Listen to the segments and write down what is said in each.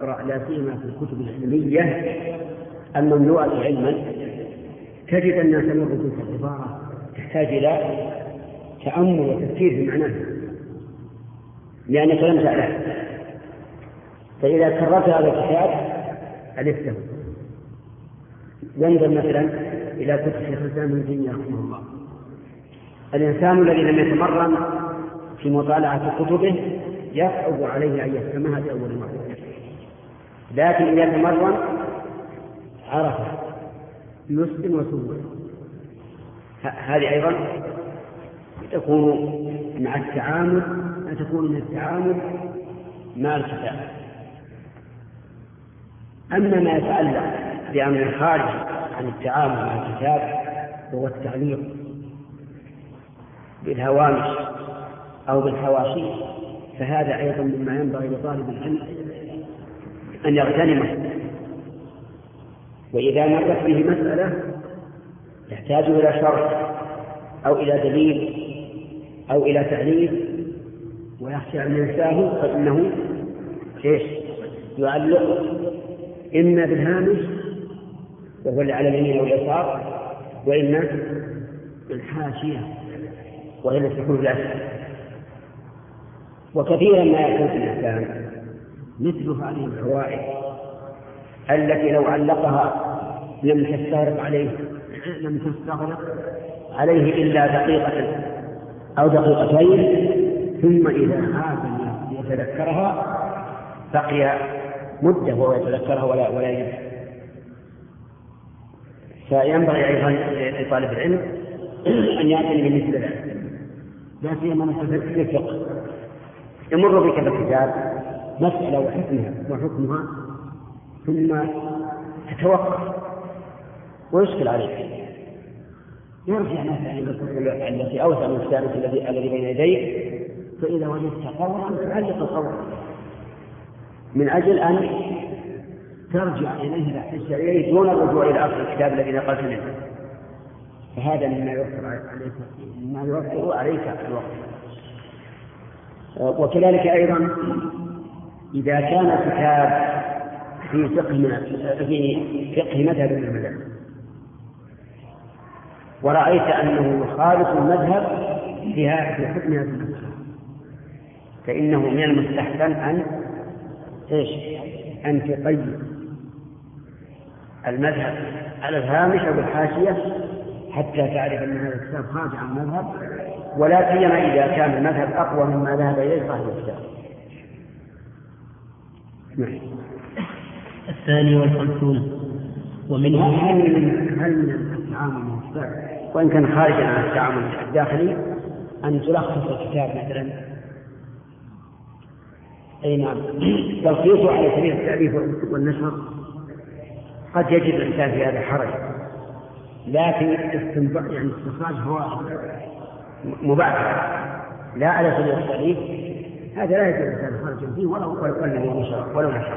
لا سيما في الكتب العلمية المملوءة علما تجد أنها تمر تلك العبارة تحتاج إلى تأمل وتفكير في معناها لأنك لم تعلم. فإذا كررت هذا الكتاب ألفته. ينظر مثلا إلى كتب شيخ الإسلام ابن تيمية رحمه الله. الإنسان الذي لم يتمرن في مطالعة كتبه يصعب عليه أن يفهمها لأول مرة، لكن إذا تمرن عرفه يسلم وسوء. هذه أيضا تكون مع التعامل، تكون من التعامل مع الكتاب. أما ما يتعلق بأمر خارج عن التعامل مع الكتاب هو التعليق بالهوامش أو بالحواشي، فهذا أيضا مما ينبغي لطالب العلم أن يغتنمه. وإذا مرت به مسألة يحتاج إلى شرح أو إلى دليل أو إلى تعليل ويخشى أن ينساه فإنه يعلق إما بالهامش وهو اللي على اليمين أو اليسار، وإما بالحاشية وهي التي تكون بالأسفل. وكثيرا ما يكون في الإسلام مثل هذه الفوائد التي لو علقها لم تستغرق عليه إلا دقيقة أو دقيقتين، ثم إذا عاد يتذكرها بقي مدة وهو يتذكرها ولا ينسى. فينبغي أيضا لطالب العلم أن يعتني بمثل ذلك، لا سيما في الفقه. يمر بك بالكتاب مسألة وحكمها ثم تتوقف ويشكل عليك، يرجع مثلا إلى الكتب التي أوسع من الثالث الذي بين يديك، فإذا وجدت قولا تعلق القول من أجل أن ترجع إليه دون الرجوع إلى أصل الكتاب الذي نقلت منه. فهذا مما يوفر عليك الوقت. وكذلك أيضا إذا كان الكتاب في فقه مذهب من المذاهب ورأيت أنه يخالف المذهب في حكم هذا المذهب، فإنه من المستحسن أن تقيد المذهب على الهامش أو الحاشية حتى تعرف أن هذا الكتاب خارج عن المذهب، ولا سيما إذا كان المذهب أقوى مما ذهب إليه صاحب الكتاب. الثاني والخمسون ومنه هل من التعامل مع الكتاب وإن كان خارجا عن التعامل الداخلي أن تلخص الكتاب مثلا؟ أي نعم، تلخيصه على سبيل التأليف والنشر قد يجد الإنسان في هذا حرج، لكن استخراج هو مباشر لا على سبيل التأليف، هذا لا يجد الإنسان خرجا فيه ولو نشر.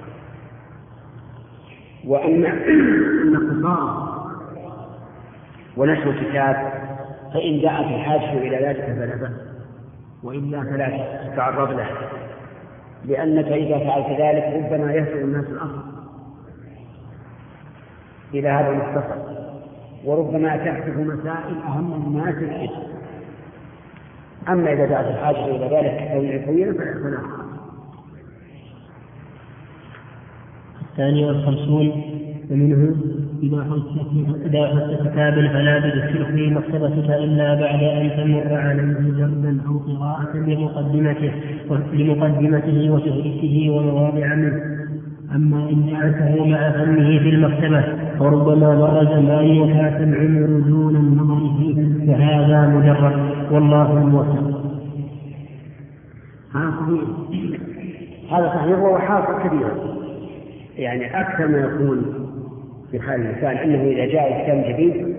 وأما الاختصار ونشر الكتاب فإن دعت الحاجة إلى ذلك فلا بأس، وإلا فلا تتعرض له، لأنك إذا فعلت ذلك ربما يهجر الناس الأمر إلى هذا المختصر، وربما تحدث مسائل أهم الناس الاسم. أما إذا دعت الحاجة إلى ذلك طويلة فلا. الثاني والخمسون ومنه إذا حدث كتابا فلا تدخله في مكتبتك إلا بعد أن تمر عليه جردا أو قراءة لمقدمته وتهريسه ومواضع منه. أما إن جعلته مع فهمه في المكتبة فربما مر زمان وفات العمر دون النظر فيه، فهذا مجرد والله الموفق. هذا صحيح وهو حاصل كبيرا، يعني أكثر ما يكون في حال الإنسان أنه إذا جاء كتاب جديد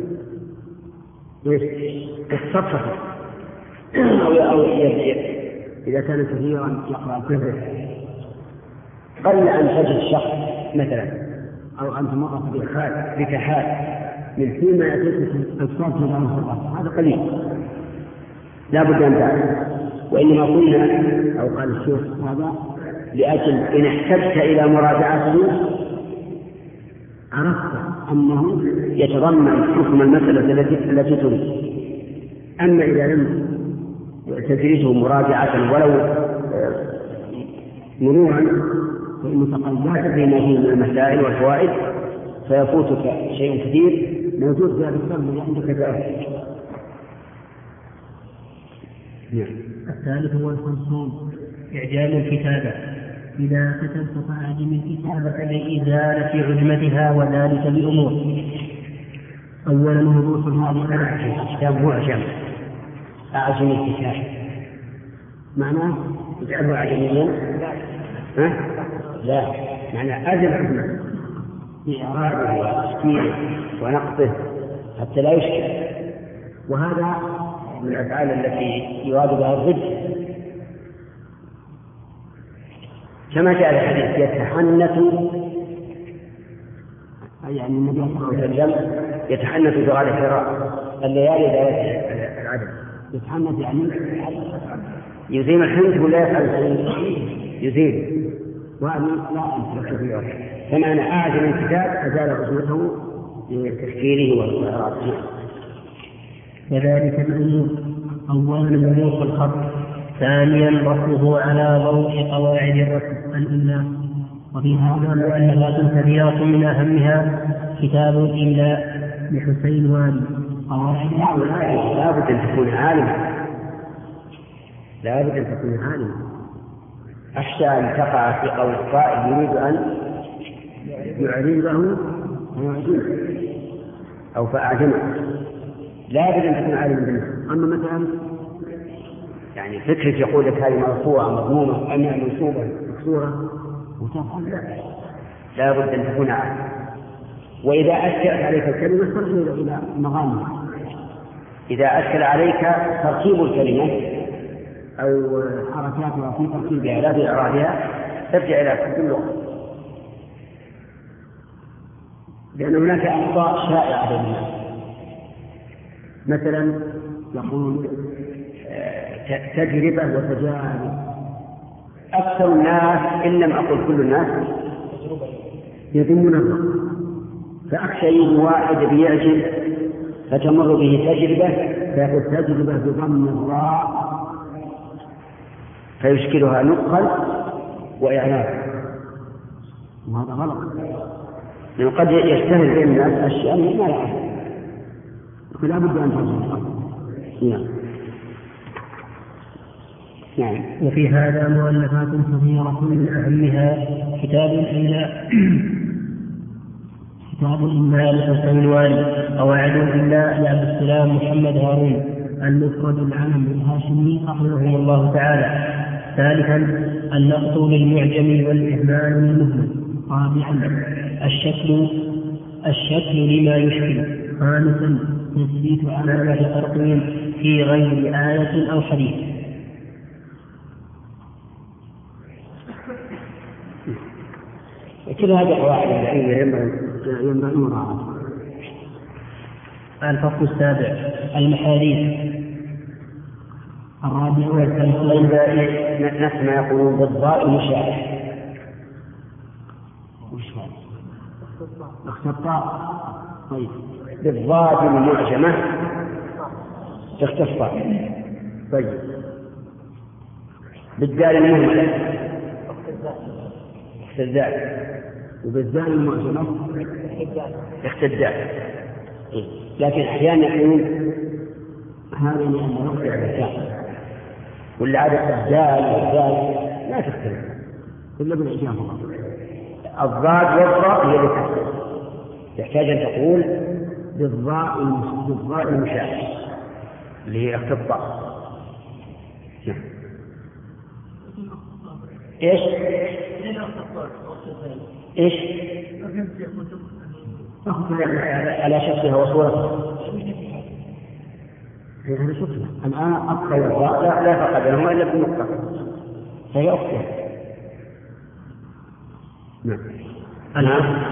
يتصفح أو إذا كان كثيرا يقرأ كثيرا قل أن تجد شخص مثلا أو أن تمر بكحات من فيما يأتيك الصوت في الصفحة، هذا قليل لا بد أن تعرف. وإنما قلنا أو قال الشيخ هذا لأجل إن احتجت إلى مراجعته عرفت أنه يتضمن حكم المسألة التي تريد. أما إذا لم تجرده مراجعة ولو مرورا فإنك قد لا تدري ما فيه من المسائل والفوائد فيفوتك شيء كثير موجود في هذا الصدر اللي عندك جاهز. الثالث هو الخمسون إعجام الكتابة. إذا كتبت فأعجم الكتابة لإزالة عجمتها وذلك بأمور. أولا هبوط هذه الكتاب معجم. أعجم الكتاب معناه اجعله أعجميا؟ لا، معناه أزل عجمه بإعرابه وتشكيله ونقصه حتى لا يشكل. وهذا من الأفعال التي يراد بها الضد، كما جاء الحديث يتحنث، يعني النبي صلى الله عليه وسلم يتحنث بغار حراء الليالي ذات العدد. يتحنث يعني يزيل الحنث ولا يفعل يزيل، وأنا لا أنت فيه. كما أنا أعجم الكتاب أزال عصمته بتفكيره وإعراضه. وذلك الأمور. أولا الأمور الخط، ثانيا رسمه على ضوء قواعد الرسم الإملاء. وفي هذا مؤلفات كثيرة من أهمها كتاب الإملاء لحسين والي. قواعد لا بد أن تكون عالما، لا بد أن تكون عالما. أخشى أن تقع في قول القائل يريد أن يعرضه ويعجبه أو فأعجمه. لا بد أن تكون عالما بالنسبة. أما مثلا يعني فكرة يقول لك هذه مرفوعة مضمومة أنها منصوبة مكسورة وتفعل، لا بد أن تكون عالما. وإذا أشكلت عليك الكلمة فارجع إلى مغانيها. إذا أشكل عليك تركيب الكلمة أو حركاتها في تركيبها لا في إعرابها ترجع إلى كتب اللغة، لأن هناك أخطاء شائعة بين الناس. مثلا يقول تجربة وتجارب. أكثر الناس إن لم أقل كل الناس يضمون الرقم، فأخشى يجي واحد بيعجب فتمر به تجربة فيقول تجربة بضم الراء فيشكلها نطقا وإعرابا، وهذا غلط. لأنه قد يشتهر بين الناس أشياء ما يعرف، فلا بد أن تجربه. نعم. وفي هذا مؤلفات كثيرة من أهمها كتاب الإملاء لحسين والي. قواعد الإملاء لعبد السلام محمد هارون. المفرد العلم الهاشمي رحمه الله تعالى. ثالثا النقط للمعجم والإهمال للمهمل. رابعا الشكل لما يشكل. خامسا تثبيت علامة ترقيم في غير آية أو حديث. كل هذه قواعد ينبغي مراعاتها. الفصل السابع المحاريث. الرابع والخمسون نفس ما يقولون بالضاء المشابه. اختصار. طيب بالضاء المعجمة اختصار. طيب بالدال المهملة اختزال، وبالدال المعجمة اختزال. لكن أحيانا يقولون هذا لأنه يقطع المكان، والعادة الدال والدال لا تختلف إلا بالإعجام فقط. الضاد والضاء هي اللي تختلف، يحتاج أن تقول بالضاء المشابه اللي هي اختصار. ايش؟ ايش؟ على شكلها وصورتها. هي على شكلها. الآن أبقى والضاء لا فرق بينهما إلا بالنقطة، فهي أختها. نعم.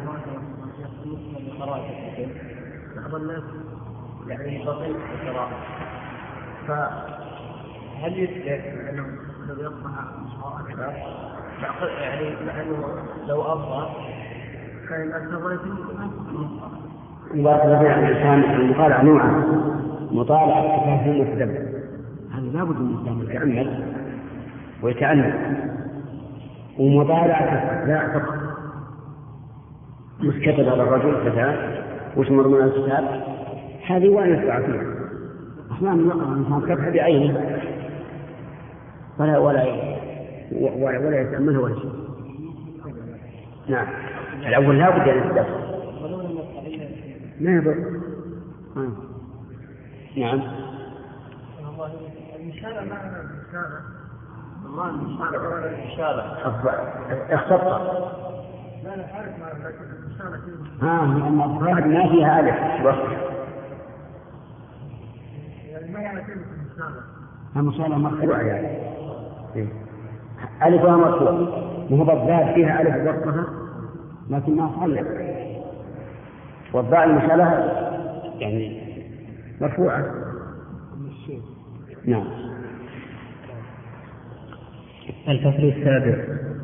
بعض الناس يعني بطيء القراءة، فهل يجب أنهم الذي يصنع يعني لأنه لو أفضل كان أكثر يستطيع الإنسان المطالعة نوعا مطالعة تفاهم وتدبر، هذا لابد من الإنسان يتأمل ويتأمل، ومطالعة لا فقط مش كتب على الرجل كتاب وتمر من الكتاب هذه وين يسعى فيها، أحيانا يقرأ الإنسان كتب بعينه ولا يتأمله ولا شيء. نعم الأول لا بد أن يتدبر ما يضر. نعم المشارة معنى المشارة الله المشارة معنى المشارة اختصر لا أنا عارف معنى لكن المشارة لأن أفراد ما فيها ألف وصف يعني ما يعني كلمة المشارة المشارة مرفوعة يعني ألفها مرفوعة وهو الضاد فيها ألف وصفها لكن ما صلت، والضاء المشارة يعني مرفوعة. نعم. الفصل السابع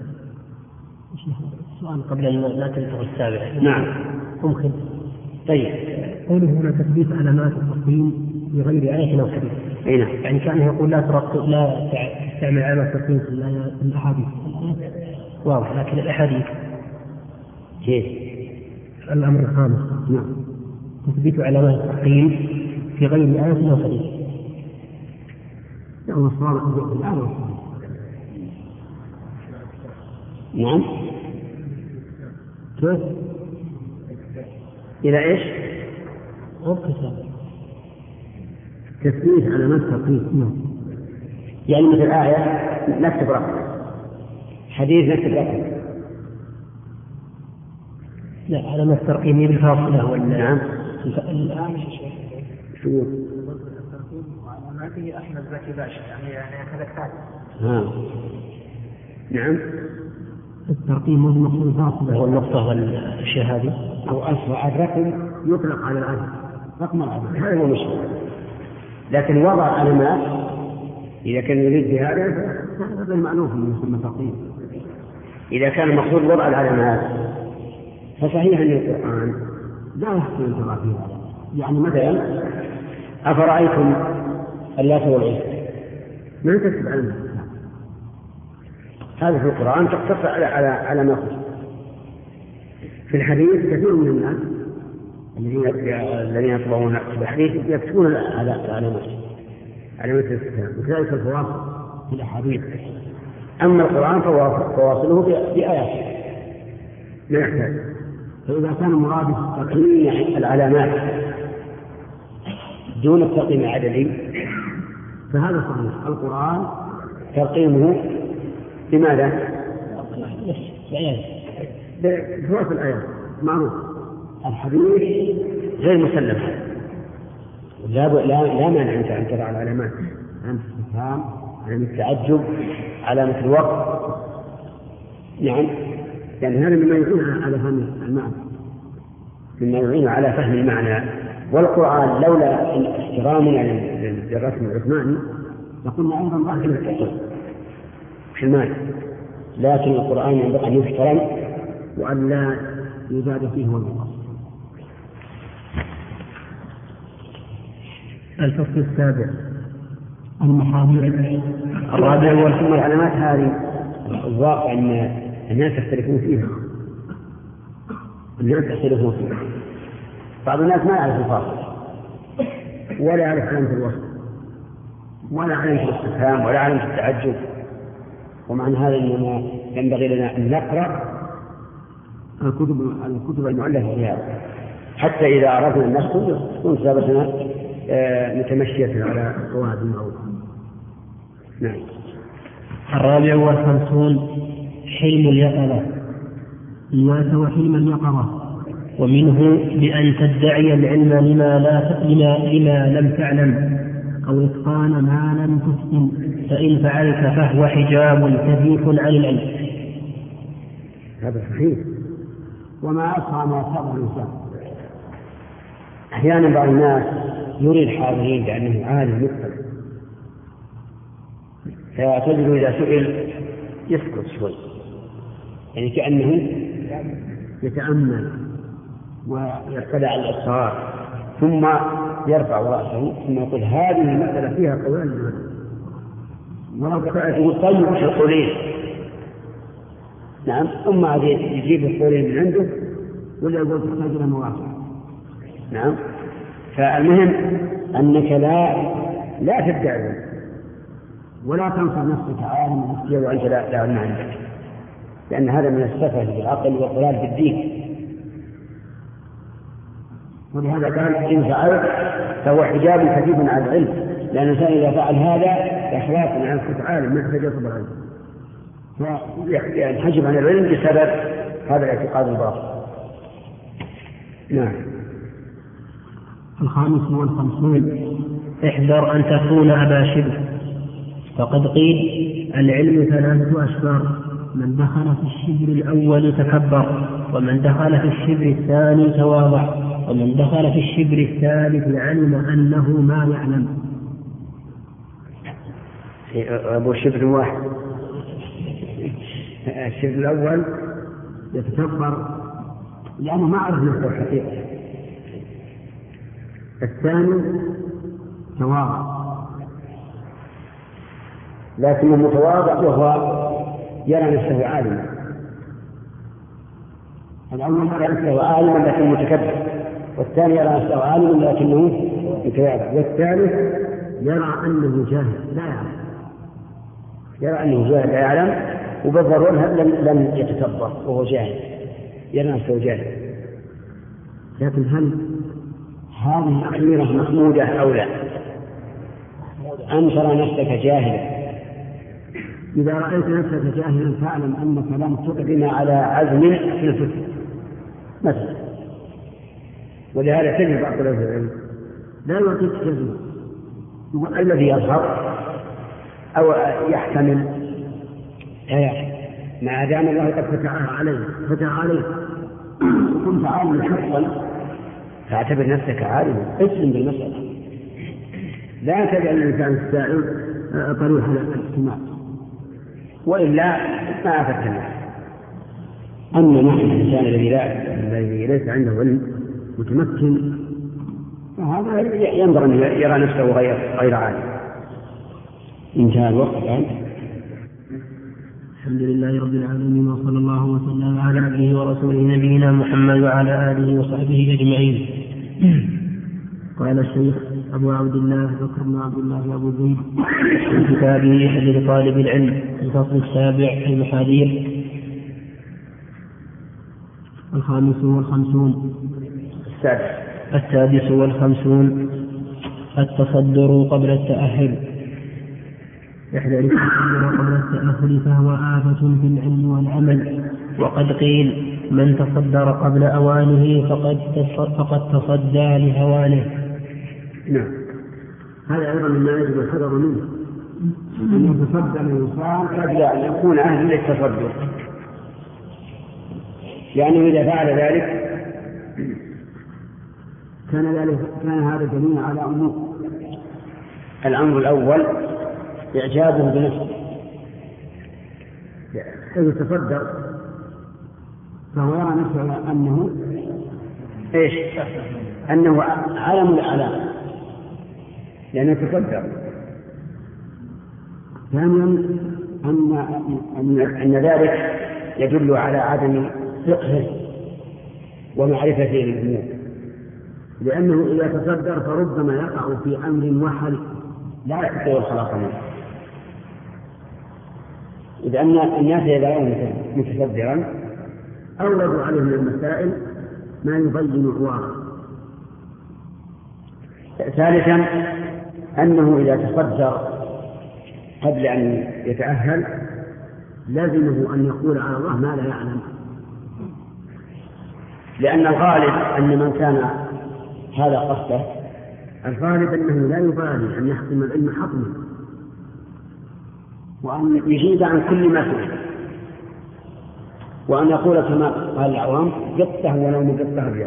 سؤال قبل أن لا تنتهي السابع. نعم ممكن. طيب قوله هنا تثبيت علامات التقييم بغير آية أو حديث. نعم. يعني كأنه يقول لا تستعمل علامات التقييم في الأحاديث واضح، لكن الأحاديث كيف؟ الأمر الخامس. نعم. تثبيت علامات التقييم في غير آية أو حديث. يوم الصلاة في الآية. نعم. كيف؟ إلى إيش؟ تثبيت علامات التقييم. يعني مثل آية نكتب رقم، حديث نكتب رقم. لا علامات الترقيم بالفاصلة ولا نعم. الآن شو؟ وعلاماته أحمد زكي باشا يعني كذا كتاب. نعم. الترقيم هو المقصود الفاصلة هو النقطة والأشياء هذه. أو أصبح الرقم يطلق على العدد، رقم العدد هذا هو مشكلة، لكن وضع علامات إذا كان يريد بهذا هذا المألوف من يسمى تقييم. إذا كان المقصود وضع العلامات فصحيح أن القرآن لا يحصل انتظار في هذا. يعني مثلا أفرأيتم اللات والعزى ما تكتب علامات، هذا في القرآن تقتصر على ما كتب. في الحديث كثير من الناس الذين يطبعون الحديث يكتبون علامات الاستفهام، وكذلك الفواصل في الأحاديث. أما القرآن فواصله بآيات لا يحتاج. فإذا كان مراد تقييم العلامات دون التقييم العددي فهذا صحيح. القرآن تقييمه بماذا؟ بفواصل الآيات معروف. الحديث غير مسلم، لا مانع أن تضع العلامات، علامة الاستفهام، علامة التعجب، علامة الوقت. نعم، يعني هذا مما يعين على فهم المعنى، مما يعين على فهم المعنى. والقرآن لولا احترامنا للرسم العثماني لقلنا أيضا ضعف التحقيق في المعنى، لكن القرآن ينبغي أن يحترم وأن لا يزاد فيه والنقص. الفصل السابع المحاضير الرابع والثم العلامات هذه الواقع أن الناس يختلفون فيها. بعض الناس ما يعرف الفاصل ولا يعرف علامة الوصف ولا علامة الاستفهام ولا علامة التعجب. ومعنى هذا أننا ينبغي لنا أن نقرأ الكتب المؤلفة في هذا حتى إذا أردنا أن ندخل تكون كتابتنا متمشية على قواعد المعروفة. نعم. الرابع والخمسون حلم اليقظة. إياك وحلم اليقظة. ومنه بأن تدعي العلم لما لم تعلم أو إتقان ما لم تتقن، فإن فعلت فهو حجاب كثيف عن العلم. هذا صحيح. وما أسرع ما أصاب الإنسان. أحيانا بعض الناس يري الحاضرين بأنه عالم مطلع فتجد إذا سئل يسكت شوي، يعني كأنه يتأمل ويطلع الأسرار، ثم يرفع رأسه ثم يقول هذه المسألة فيها قولان، ولو يقول طيب وش القولين؟ نعم، ثم يجيب القولين من عنده ولا يقول تحتاج إلى مواصفة. نعم، فالمهم أنك لا تدعي ولا تنصر نفسك عالم مسكين وأنت لا علم عندك، لأن هذا من السفه بالعقل والضلال بالدين. ولهذا قال إن فعلت فهو حجاب كثير على العلم، لأن الإنسان إذا فعل هذا إخلاصا عن نفسه عالم ما يحتاج يصبر عليه، فينحجب عن العلم بسبب هذا الاعتقاد الباطل. نعم. 55 احذر أن تكون أبا شبه، فقد قيل العلم 3 أشبار، من دخل في الشبر الأول تكبر، ومن دخل في الشبر الثاني تواضع، ومن دخل في الشبر الثالث علم أنه ما يعلم. أبو شبر واحد، الشبر الأول يتكبر لأنه ما عرف نفسه الحقيقة، الثاني تواضع لكنه متواضع وهو يرى نفسه عالما، الأول يرى نفسه عالما لكنه متكبر، والثاني يرى نفسه عالما لكنه متواضع، والثالث يرى أنه جاهل لا يعلم، يرى أنه جاهل لا يعلم، وبالضرورة لم يتكبر وهو جاهل، يرى نفسه جاهل. لكن هل هذه الأخيرة محمودة أو لا؟ أن ترى نفسك جاهلا، إذا رأيت نفسك جاهلا فاعلم أنك لم تقدم على عزم في الفتح مثلا. ولهذا تجد بعض العلم لا يعطيك جزم، الذي يظهر أو يحتمل ما دام الله قد فتح عليه وكنت عالما حقا فاعتبر نفسك عالما، اسلم بالمسألة، لا تجعل الإنسان السائل طريح الاجتماع، وإلا ما أفدت الناس. أما نحن الإنسان الذي ليس عنده علم متمكن فهذا ينظر أن يرى نفسه غير عالم. انتهى الوقت الآن. الحمد لله رب العالمين، وصلى الله وسلم على عبده ورسوله نبينا محمد وعلى آله وصحبه أجمعين. قال الشيخ أبو عبد الله بكر بن عبد الله أبو زيد في كتابه حديث طالب العلم الفصل 7 المحاذير. 55 56 التصدر قبل التأهل. احذر التصدر قبل التأهل فهو آفة في العلم والعمل، وقد قيل من تصدر قبل أوانه فقد تصدى لهوانه. نعم، هذا أيضا مما يجب الحذر منه، أن يتصدى الإنسان قبل أن يكون أهلا للتصدر، لأنه إذا فعل ذلك كان هذا دليل على أمور. الأمر الأول إعجابه بنفسه، إذا تصدر فهو يرى نفسه أنه علم الأعلام لأنه يتصدر. ثانيا أن ذلك يدل على عدم فقهه ومعرفته للأمور، لأنه إذا تصدر فربما يقع في أمر وحل لا يستطيع الخلاص منه. إذ أن الناس إذا رأوا متصدرا أوردوا عليه من المسائل ما يبين عواره. ثالثا أنه إذا تصدر قبل أن يتأهل لازمه أن يقول على الله ما لا يعلم، لأن الغالب أن من كان هذا قصده الغالب أنه لا يبالي أن يحكم العلم حكما وأن يجيب عن كل ما سمع، وأن يقول كما قال العوام قطه ولو من قطه الرياض.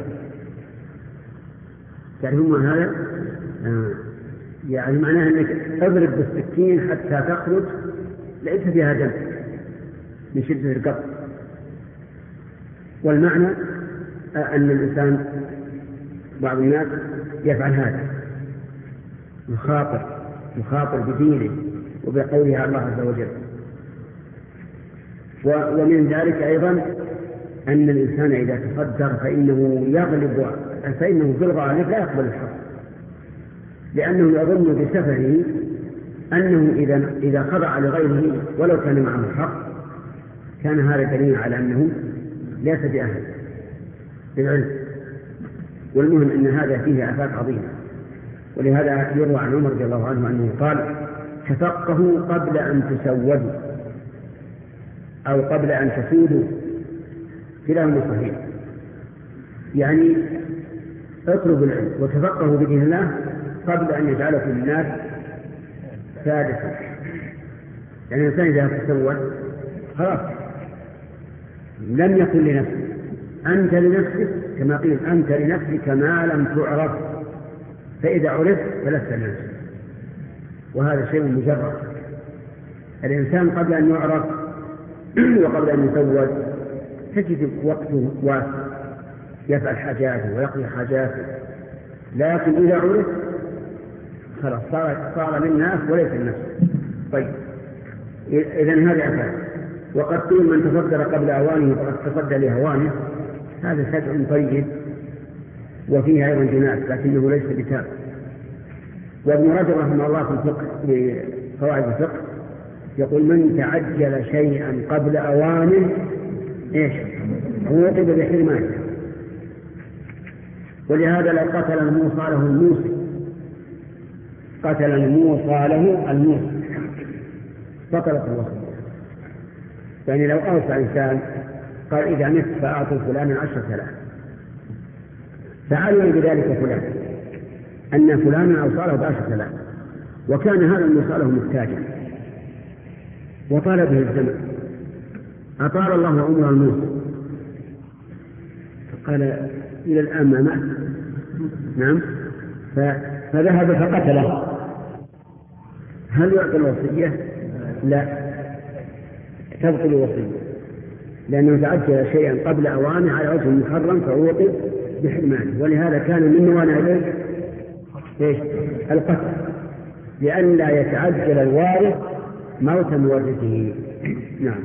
تعرفون هذا؟ يعني معناه أنك اضرب بالسكين السكين حتى تخرج ليس فيها دم من شدة القطع. والمعنى أن الإنسان بعض الناس يفعل هذا، يخاطر بدينه وبقوله الله عز وجل. ومن ذلك أيضا أن الإنسان إذا تصدر فإنه في الغالب لا يقبل الحق، لأنه يظن بسفره أنه إذا خضع لغيره ولو كان معه الحق كان هذا دليل على أنه ليس بأهل بالعلم. والمهم أن هذا فيه آفات عظيمة. ولهذا يروى عن عمر رضي الله عنه أنه قال: تفقهوا قبل أن تسودوا أو قبل أن تسودوا. كلاهما صحيح، يعني اطلبوا العلم وتفقهوا بدين الله قبل أن يجعلكم الناس سادسا. يعني الإنسان إذا تسود خلاص لم يكن لنفسه، أنت لنفسك كما قيل أنت لنفسك ما لم تعرف، فإذا عرفت فلست لنفسك. وهذا شيء مجرد. الإنسان قبل أن يعرف وقبل أن يسود تجد وقته واسع يفعل حاجاته ويقضي حاجاته، لكن إذا عرف خلاص صار للناس وليس لنفسه. طيب، إذن هذه أفعال. وقد قيل من تصدر قبل أوانه فقد تصدى لهوانه، هذا سجع طيب وفيه أيضا جناس لكنه ليس بتاب. وابن رجب رحمه الله في الفقه في قواعد الفقه يقول: من تعجل شيئا قبل أوانه عوقب بحرمانه. ولهذا لو قتل الموصى له الموصي بطلت الوصية. يعني لو أوصى إنسان قال: إذا مت فأعطوا فلانا 10,000، فعلم بذلك فلان أن فلانا أوصاله ب10,000 وكان هذا الموصى له محتاجا وطال به الزمن، أطال الله عمر الموصى فقال: إلى الآن ما مات. نعم، فذهب فقتله. هل يعطي الوصية؟ لا، تبطل الوصية، لأنه تعجل شيئا قبل أوانه على وجه محرم فعوقب بحرمانه. ولهذا كان من موانع إليه القتل، لئلا يتعجل الوارث موت مورثه. نعم.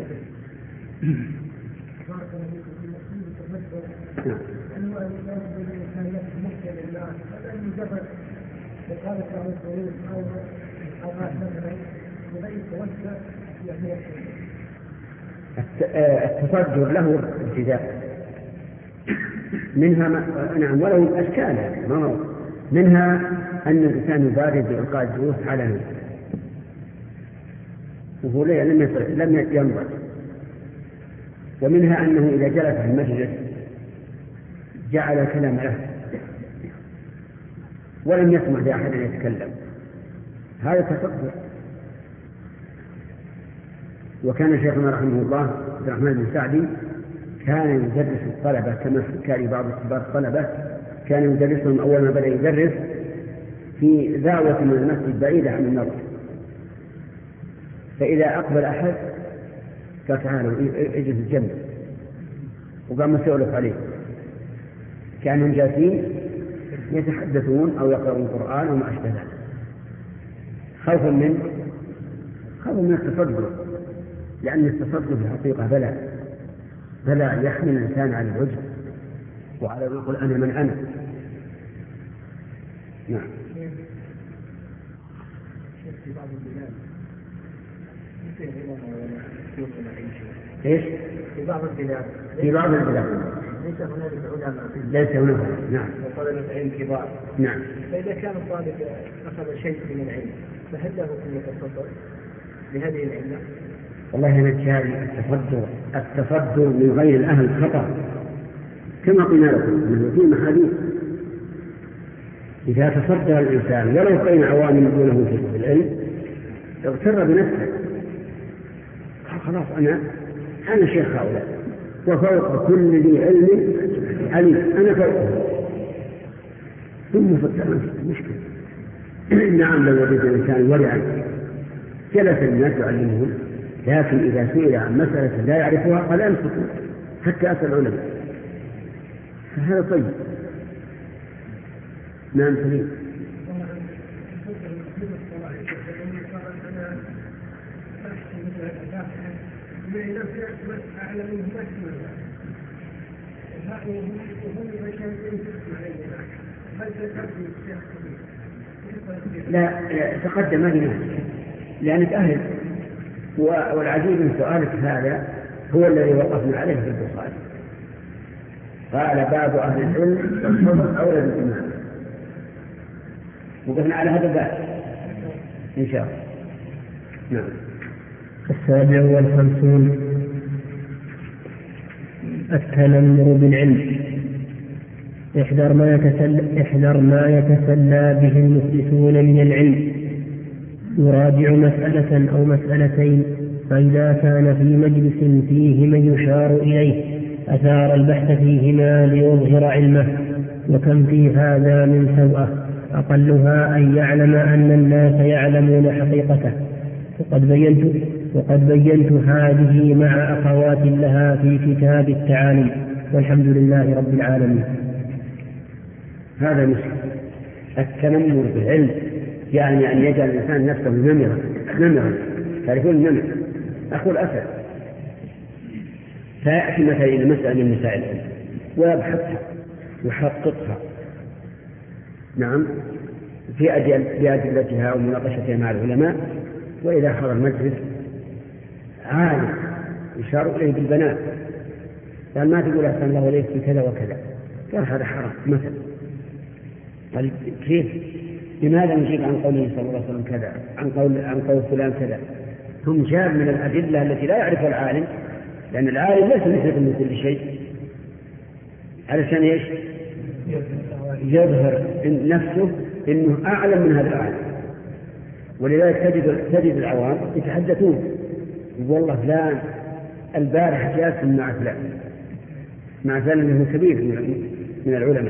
التصدر له ابتداء منها نعم، وله أشكال. منها أن الإنسان يبادر بإلقاء الدروس علنا وهو لم ينظر. ومنها أنه إذا جلس في المجلس جعل كلام له ولم يسمع لأحد يتكلم، هذا تصدر. وكان شيخنا رحمه الله عبد الرحمن بن سعدي كان يدرس الطلبة كما كان بعض كبار الطلبة، كان يدرسهم أول ما بدأ يدرس في زاوية من المسجد بعيدة عن النظر، فإذا أقبل أحد قال: تعالوا اجلس الجنة، وقام يسولف عليه كانهم جالسين يتحدثون أو يقرؤون القرآن وما أشبه ذلك، خوفا من التصدر. لأن التصدر في الحقيقة بلاء يحمل الإنسان على العجب وعلى يقول أنا من أنا. نعم. في بعض البلاد ايش؟ في بعض البلاد ليس هنالك علماء. نعم. وطلبة علم كبار. نعم. فإذا كان الطالب أخذ شيء من العلم فهل له أن يتصدر بهذه العلة؟ والله أنا جاري التصدر من غير الأهل خطأ، كما قلنا لكم أنه في محاذير. إذا تصدر الإنسان ولو بين عوام دونه في العلم اغتر بنفسه، خلاص أنا شيخ هؤلاء وفوق كل ذي علم عليم، أنا فوقه، ثم صدق نفسه مشكلة. نعم، لو وجد الإنسان ورعا جلس الناس يعلمهم، لكن إذا سئل عن مسألة لا يعرفها قال أنصتوا حتى أسأل العلماء، فهذا طيب. نعم سليم. لا تقدم لنا لأنك أهل، والعجيب من سؤالك هذا هو الذي وقفنا عليه في البخاري. قال بعض أهل العلم الفضل أولى بالإمام، وقفنا على هذا الباب إن شاء الله. نعم. 57 التنمر بالعلم. احذر ما يتسلى به المفلسون من العلم، يراجع مسألة أو مسألتين، فإذا كان في مجلس فيه من يشار إليه أثار البحث فيهما ليظهر علمه، وكم في هذا من سوءة أقلها أن يعلم أن الناس يعلمون حقيقته. وقد بينت هذه مع أخوات لها في كتاب التعاليم، والحمد لله رب العالمين. هذا مثل التنمر بالعلم، يعني أن يجعل الإنسان نفسه نمرا، تعرفون النمر أخو الأسد، فيأتي مثلا إلى مسألة من مسائل العلم ويبحثها ويحققها، نعم، في أدلتها ومناقشتها مع العلماء، وإذا حضر مجلس عالم يشار إليه بالبنات، قال ما تقول أحسن الله إليك في كذا وكذا، قال هذا حرام مثلا. قال كيف؟ لماذا نجيب عن قوله صلى الله عليه وسلم كذا، عن قول فلان كذا؟ هم جاب من الأدلة التي لا يعرفها العالم، لأن العالم ليس مثل من كل شيء، علشان إيش؟ يظهر نفسه إنه أعلم من هذا العالم. ولذلك تجد العوام يتحدثون، والله فلان البارح جالس مع فلان انه كبير من العلماء،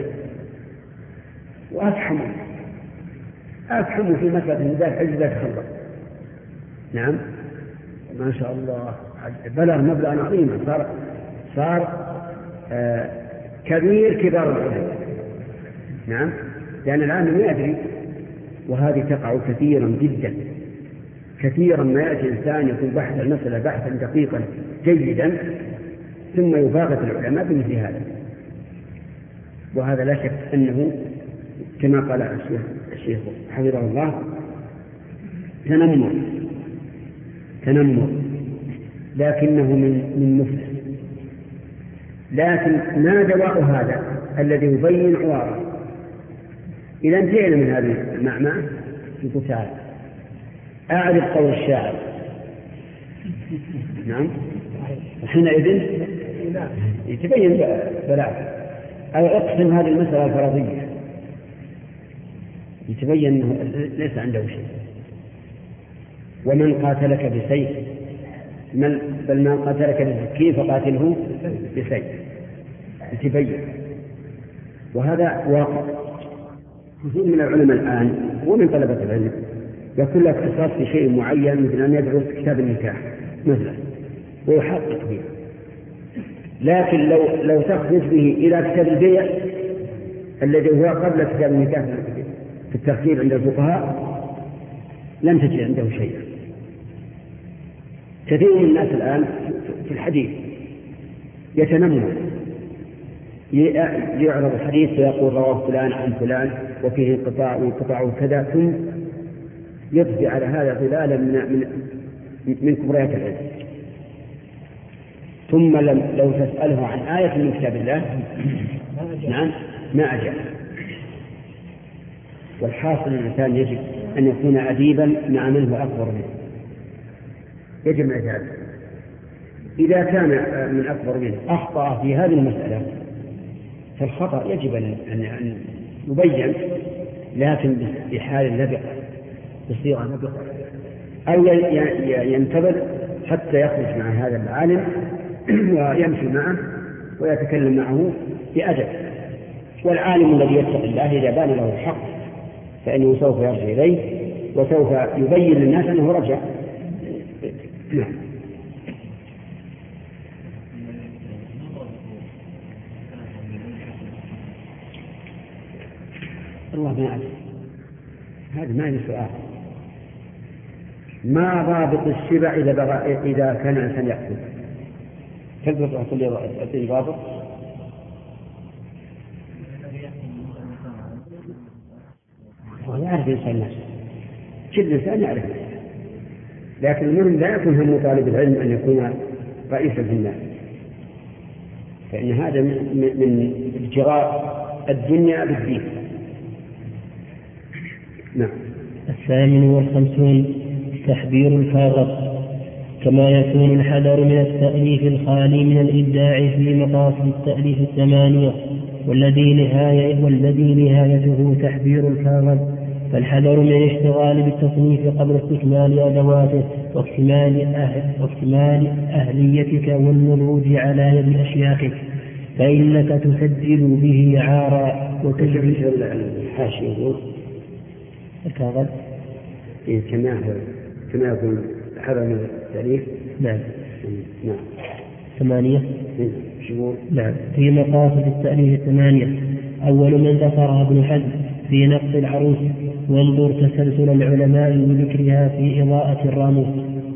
وأفحموا في مسألة ذات عجزة خبر. نعم ما شاء الله بلغ مبلغا عظيما، صار كبار العلماء. نعم، لأن العالم لا يدري، وهذه تقع كثيرا جدا. كثيرا ما يأتي إنسان يكون بحث المسألة بحثا دقيقا جيدا، ثم يباغت العلماء بمثل هذا، وهذا لا شك أنه كما قال الشيخ حفظه الله تنمر، لكنه من مفلس. لكن ما دواء هذا الذي يبين عواره؟ إذا انتهينا من هذه المعمعة يقول تعالى أعرف قول الشاعر. نعم، حينئذ يتبين بلاغ، أو اقسم هذه المسألة الفرضية، يتبين أنه ليس عنده شيء. ومن قاتلك بسيف بل من قاتلك بسكين فقاتله بسيف، يتبين. وهذا واقع. كثير من العلماء الآن ومن طلبة العلم يكون له اختصاص في شيء معين، مثل أن يدرس كتاب النكاح مثلا ويحقق به، لكن لو تخرج به إلى كتاب البيع الذي هو قبل كتاب النكاح في الترتيب عند الفقهاء لن تجد عنده شيء. كثير من الناس الآن في الحديث يتنمر، يعرض الحديث ويقول رواه فلان عن فلان وفيه انقطاع كذا، ثم يضفي على هذا ظلالا من كبريات العلم. ثم لو تسأله عن آية من كتاب الله نعم ما أجاب. والحاصل الإنسان يجب أن يكون أديبا مع من هو أكبر منه، يجب أن يجعل. إذا كان من أكبر منه أخطأ في هذه المسألة فالخطأ يجب أن يبين، لكن بحال لبقة، بصيغة لبقة، أو ينتظر حتى يخرج مع هذا العالم ويمشي معه ويتكلم معه بأدب. والعالم الذي يتقي الله إذا بان له الحق فإنه سوف يرجع إليه وسوف يبين للناس أنه رجع، الله ما أعرف، هذا ما لي سؤال. ما ضابط الشبع إذا كان الإنسان يأكل؟ تقدر تعطي ضابط؟ يعرف الإنسان نفسه، كل إنسان يعرف نفسه، لكن المهم لا يكون هم طالب العلم أن يكون رئيسا في الناس، فإن هذا من اجراء الدنيا بالدين. نعم. 58 تحبير الفاغر. كما يكون الحذر من التأليف الخالي من الإبداع في مقاصد التأليف 8 والذي نهايته تحبير الفاغر، فالحذر من الاشتغال بالتصنيف قبل استكمال أدواته واكتمال أهليتك والنضوج على يد أشياخك، فإنك تسجل به عارا وتجعل الحاشية الفاغر كما يكون الحذر من التأليف. نعم. 8 نعم. في مقاصد التأليف 8 أول من ذكرها ابن حزم في نقص العروس، وانظر تسلسل العلماء بذكرها في إضاءة الراموس.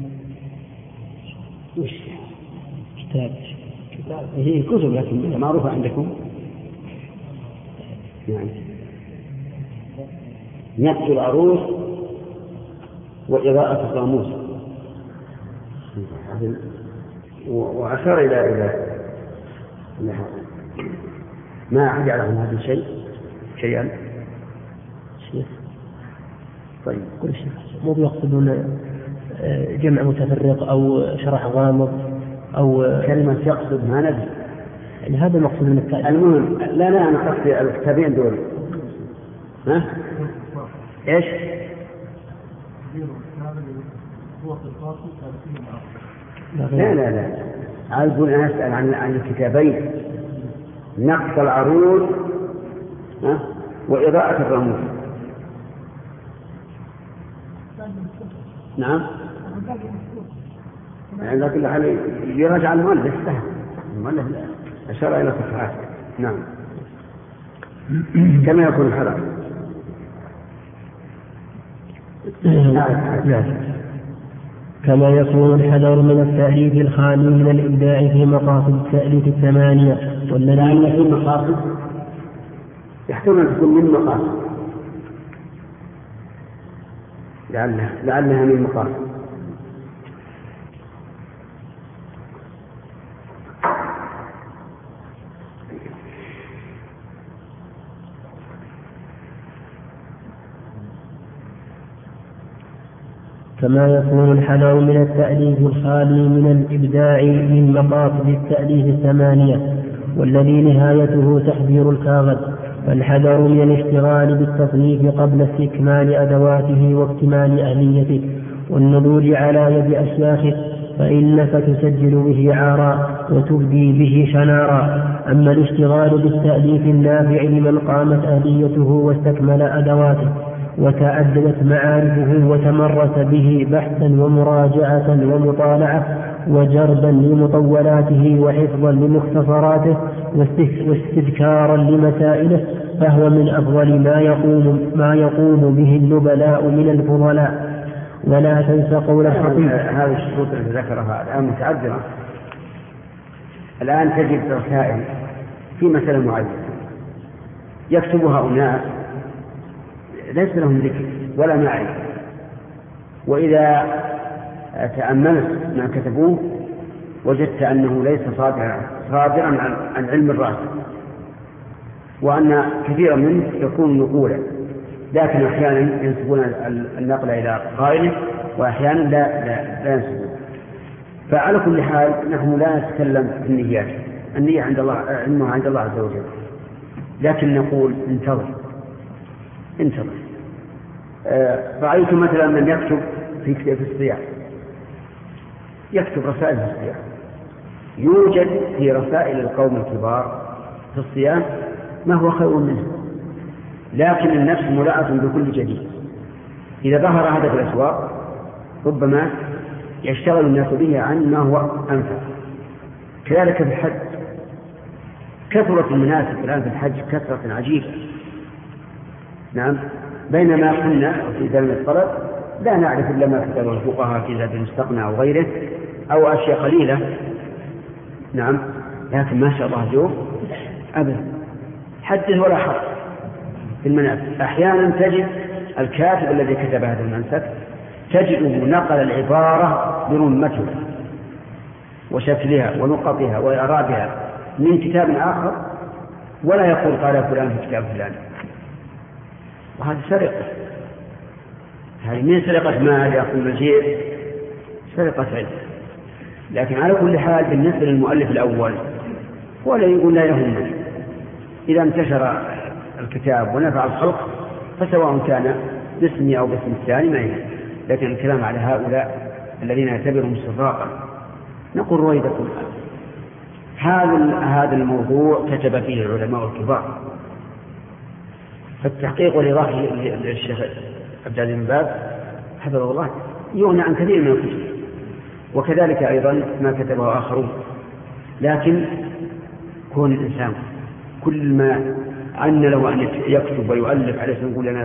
كتاب هي كتب لكن معروفة عندكم يعني نقص العروس وإضاءة الراموس، وأشار إلى ما أحد يعلم هذا الشيء شيئا. طيب كل شيء مو بيقصدون جمع متفرق أو شرح غامض أو كلمة يقصد ما ندري، يعني هذا المقصود من التأليف. المهم لا أنا قصدي الكتابين دول. ها إيش؟ لا عايز أقول أنا أسأل عن الكتابين، نقص العروض وإضاءة الرموز. نعم. يعني لكن حال يرجع المؤلف سهل، المؤلف أشار إلى صفحات. نعم. كما يكون الحذر. نعم. كما يكون الحذر من التأليف الخالي من الإبداع في مقاصد التأليف 8 والذين في المقاصد يحتمل أن تكون من مقاصد، لعلها من مقاصد. كما يكون الحذر من التأليف الخالي من الإبداع من مقاصد التأليف 8 والذي نهايته تحذير الكاغد، فالحذر من الاشتغال بالتصنيف قبل استكمال أدواته واكتمال أهليته والنضوج على يد أشياخه، فإنك تسجل به عارا وتبدي به شنارا. أما الاشتغال بالتأليف النافع لمن قامت أهليته واستكمل أدواته وتعددت معارفه وتمرس به بحثا ومراجعة ومطالعة وجردا لمطولاته وحفظا لمختصراته واستذكارا لمسائله، فهو من أفضل ما يقوم به النبلاء من الفضلاء. ولا تنس قول الخطيب. هذه الشروط التي ذكرها الآن متعذرة. الآن تجد رسائل في مسألة معينة يكتبها أناس ليس لهم ذكر ولا معرفة، وإذا تأملت ما كتبوه وجدت أنه ليس صادرا عن علم الراسخ، وأن كثيرا منه يكون نقولا، لكن أحيانا ينسبون النقل إلى قائله وأحيانا لا ينسبون. فعلى كل حال نحن لا نتكلم في النيات، النية عند الله، علمها عند الله عز وجل، لكن نقول انتظر. رأيت مثلا من يكتب في الصيام، يكتب رسائل في الصيام، يوجد في رسائل القوم الكبار في الصيام ما هو خير منه، لكن النفس ملاءة بكل جديد. إذا ظهر هذا في الأسواق ربما يشتغل الناس به عن ما هو أنفع. كذلك في الحج كثرت المناسك الآن في الحج كثرة عجيبة. نعم، بينما كنا في زمن الطلب لا نعرف إلا ما كتبه الفقهاء في زاد المستقنع أو غيره أو أشياء قليلة. نعم، لكن ما شاء الله جو أبدا حدث ولا حرج في المناسك. أحيانا تجد الكاتب الذي كتب هذا المنسك تجده نقل العبارة برمتها وشكلها ونقطها وإعرابها من كتاب آخر ولا يقول قال فلان في كتاب فلان. وهذه سرقة، هذه من سرقة مال يأخذ الجيب، سرقة علم. لكن على كل حال بالنسبة للمؤلف الأول ولا يقول لا يهمني إذا انتشر الكتاب ونفع الخلق فسواء كان باسمي أو باسم الثاني ما يهم. لكن الكلام على هؤلاء الذين يعتبرهم استغراقا نقول رويدكم. هذا الموضوع كتب فيه العلماء الكبار، فالتحقيق والإيضاح للشيخ عبد العزيز بن باز حفظه الله يغني عن كثير من الكتب، وكذلك أيضا ما كتبه آخرون. لكن كون الإنسان كل ما عنا له أن يكتب ويؤلف عليه نقول لنا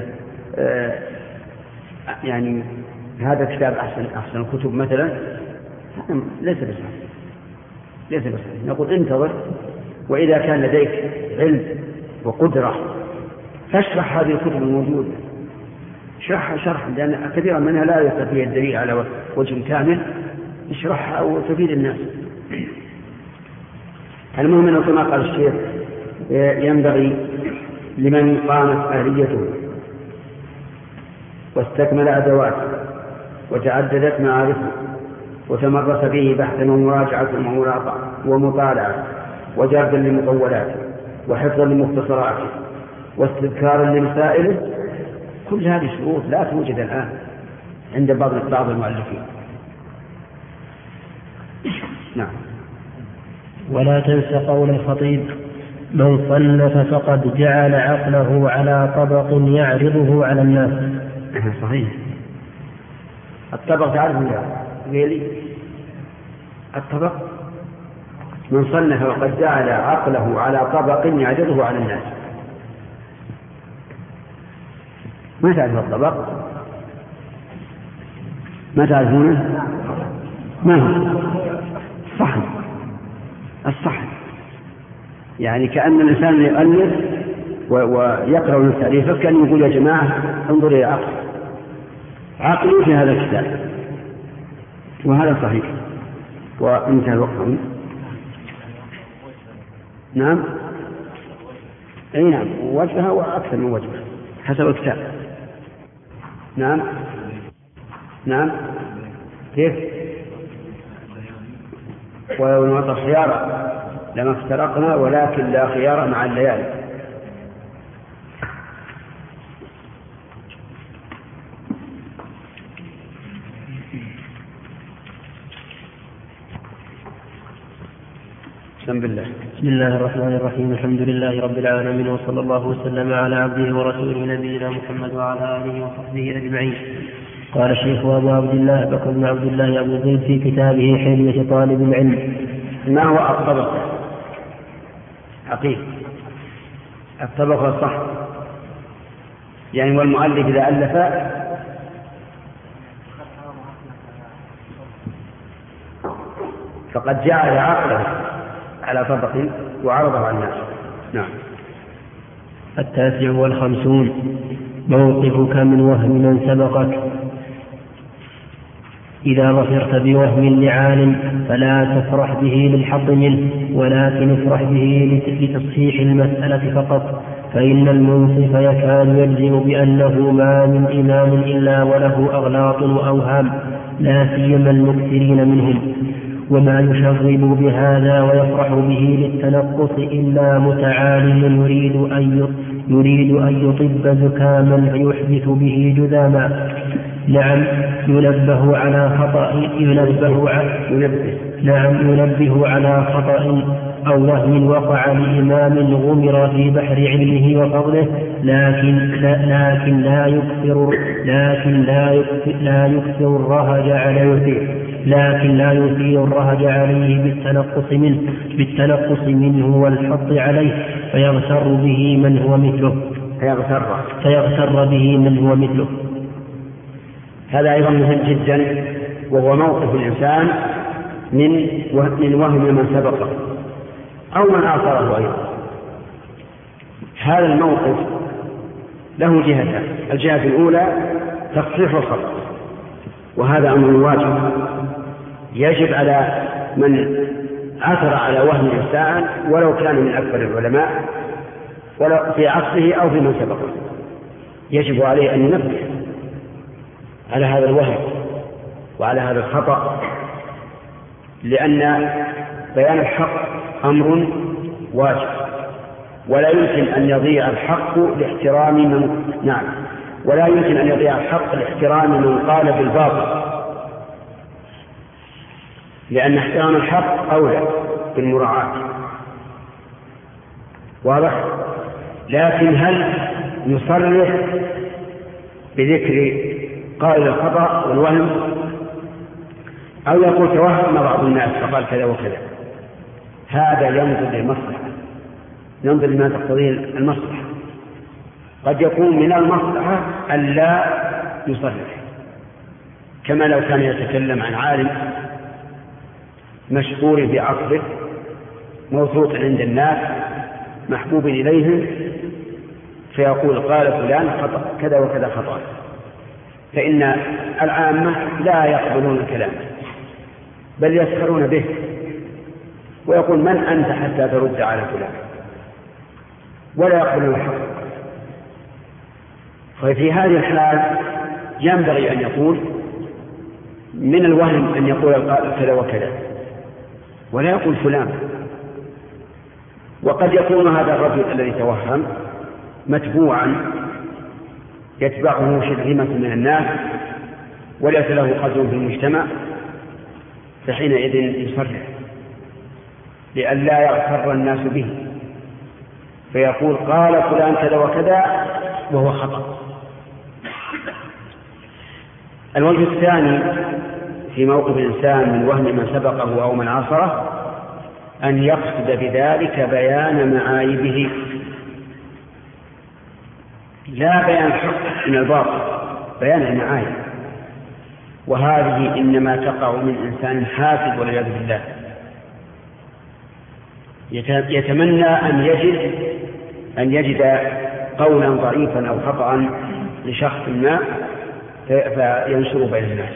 يعني هذا الكتاب أحسن الكتب مثلا، ليس بصحيح. نقول انتظر، وإذا كان لديك علم وقدرة فاشرح هذه الكتب الموجودة، شرح لأن كثيرا منها لا يستطيع الدليل على وجه كامل، اشرحها وتفيد الناس. المهم أنه كما قال الشيخ ينبغي لمن قامت أهليته واستكمل أدواته وتعددت معارفه وتمرس به بحثا ومراجعة ومطالعة وجردا لمطولاته وحفظا لمختصراته واستذكارا لمسائله، كل هذه شروط لا توجد الآن عند بعض المؤلفين. نعم. ولا تنس قول الخطيب: من صنف فقد جعل عقله على طبق يعرضه على الناس. صحيح. الطبق تعرفه لي الطبق من صنف وقد جعل عقله على طبق يعرضه على الناس. ما تعرف الطبق؟ ما تعرفونه؟ ما هو الصحن. يعني كأن الإنسان يؤلف ويقرأ من التعريف كأن يقول يا جماعة انظر إلى عقلي في هذا الكتاب، وهذا صحيح. وانتهى الوقت. نعم، أي نعم، وجهها وأكثر من وجهها حسب الكتاب. نعم كيف؟ ولو نعطى خيارا لما افترقنا ولكن لا خيار مع الليالي. بسم الله الرحمن الرحيم. الحمد لله رب العالمين، وصلى الله وسلم على عبده ورسوله نبينا محمد وعلى آله وصحبه أجمعين. قال الشيخ أبو عبد الله بكر بن عبد الله أبو زيد في كتابه حلية طالب العلم: ما هو الطبق؟ حقيقي الطبق الصح، يعني والمؤلف إذا ألف فقد جعل عقله على طبق وعرضه على الناس. نعم. 59. موقفك من وهم من سبقك. إذا ظفرت بوهم لعالم فلا تفرح به للحظ منه، ولكن افرح به لتصحيح المسألة فقط، فإن المنصف يكاد يجزم بأنه ما من إمام إلا وله أغلاط وأوهام، لا سيما المكثرين منهم، وما يشغب بهذا ويفرح به للتنقص إلا متعالم يريد أن يطب زكاما فيحدث به جذاما. نعم، ينبه على خطأ أو وهم وقع لإمام غمر في بحر علمه وفضله، لكن لا يكثر الرهج عليه، لكن لا يثير الرهج عليه بالتنقص منه والحط عليه فيغتر به من هو مثله. هذا أيضا مهم جدا، وهو موقف الإنسان من وهم من سبقه أو من آثره أيضا. هذا الموقف له جهتان: الجهة الأولى تصحيح الخطأ، وهذا أمر واجب يجب على من عثر على وهم الإنسان ولو كان من أكبر العلماء ولو في عصره أو في من سبقه، يجب عليه أن ينبه على هذا الوهم وعلى هذا الخطأ، لأن بيان الحق أمر واجب، ولا يمكن أن يضيع الحق لاحترام من قال بالباطل، لأن احترام الحق أولى بالمراعاة. واضح؟ لكن هل يصرح بذكر قائل الخطأ والوهم، أو يقول توهم بعض الناس فقال كذا وكذا؟ هذا ينظر للمصلحة، ينظر لما تقتضيه المصلحة. قد يكون من المصلحة ألا يصرح، كما لو كان يتكلم عن عالم مشهور بعصره موثوق عند الناس محبوب إليهم، فيقول قال فلان خطأ كذا وكذا خطأ، فإن العامة لا يقبلون الكلام بل يسخرون به، ويقول من أنت حتى ترد على فلان، ولا يقبلون الحق. ففي هذه الحال ينبغي أن يقول من الوهم أن يقول القائل كذا وكذا ولا يقول فلان. وقد يكون هذا الرجل الذي توهم متبوعا يتبعه شرذمة من الناس وليس له قدر في المجتمع، فحينئذ يصرح لئلا يغتر الناس به، فيقول قال فلان كذا وكذا وهو خطأ. الوجه الثاني في موقف الإنسان من وهم من سبقه أو من عاصره أن يقصد بذلك بيان معايبه، لا بيان الحق من الباطل، بيان المعايب، وهذه إنما تقع من إنسان حاسد والعياذ بالله، يتمنى أن يجد قولا ضعيفا أو خطأ لشخص ما فينشر بين الناس.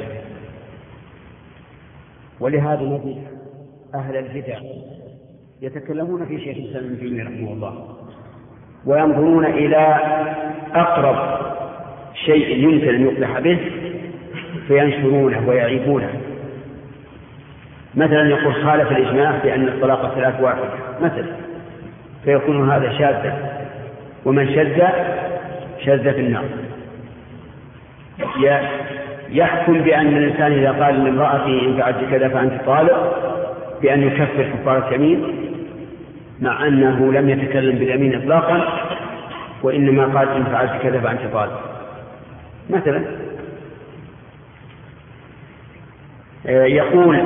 ولهذا نجد أهل البدع يتكلمون في شيخ الإسلام ابن تيمية رحمه الله وينظرون إلى أقرب شيء يمكن أن يقلح به فينشرونه ويعيبونه. مثلا يقول خالف الإجماع بأن الطلاق 3 واحدة مثلا، فيكون هذا شاذا، ومن شذ في النار. يحكم بأن الإنسان إذا قال لامرأته إن فعلت كذا فأنت طالق بأن يكفر كفارة يمين، مع أنه لم يتكلم باليمين إطلاقا، وإنما قال إن فعلت كذا فأنت طالق مثلا. يقول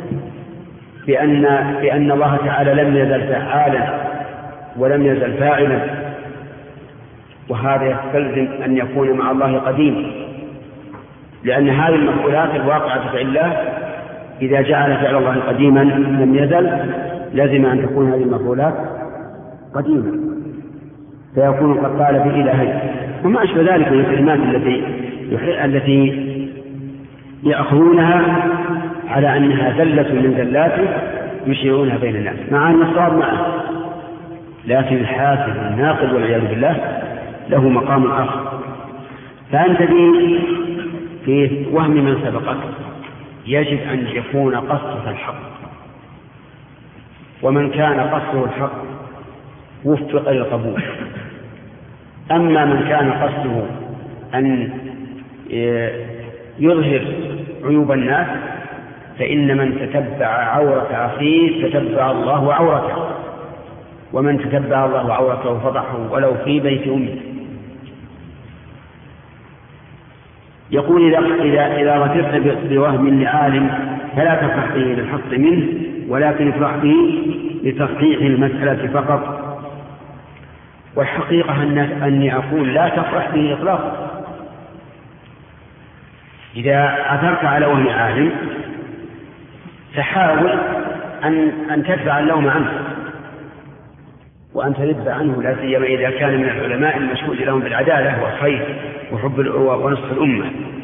بأن الله تعالى لم يزل فعالا ولم يزل فاعلا، وهذا يستلزم أن يكون مع الله قديم، لأن هذه المفعولات الواقعة في الله إذا جعل فعل الله قديما لم يزل لازم أن تكون هذه المفعولات قديمة، فيكون قد قال في إلهي وما أشبه ذلك من الكلمات التي يأخذونها على أنها ذلة من ذلاته يشيعونها بين الناس، مع أن الصواب معه، لكن الحاسد الناقد والعياذ بالله له مقام آخر. فأنت في وهم من سبقك يجب أن يكون قصدك الحق، ومن كان قصده الحق وفق للقبول. أما من كان قصده أن يظهر عيوب الناس فإن من تتبع عورة أخيه تتبع الله عورته، ومن تتبع الله عورته فضحه ولو في بيت أمه. يقول إذا غترت بوهم لعالم فلا تفرح به للحق منه، ولكن افرح به لتصحيح المسألة فقط. والحقيقة أني أقول لا تفرح به إطلاقا. إذا عثرت على وهم عالم فحاول أن تدفع اللوم عنه وأن تذب عنه، لا سيما إذا كان من العلماء المشهود لهم بالعدالة والخير وحب ونصف الأمة.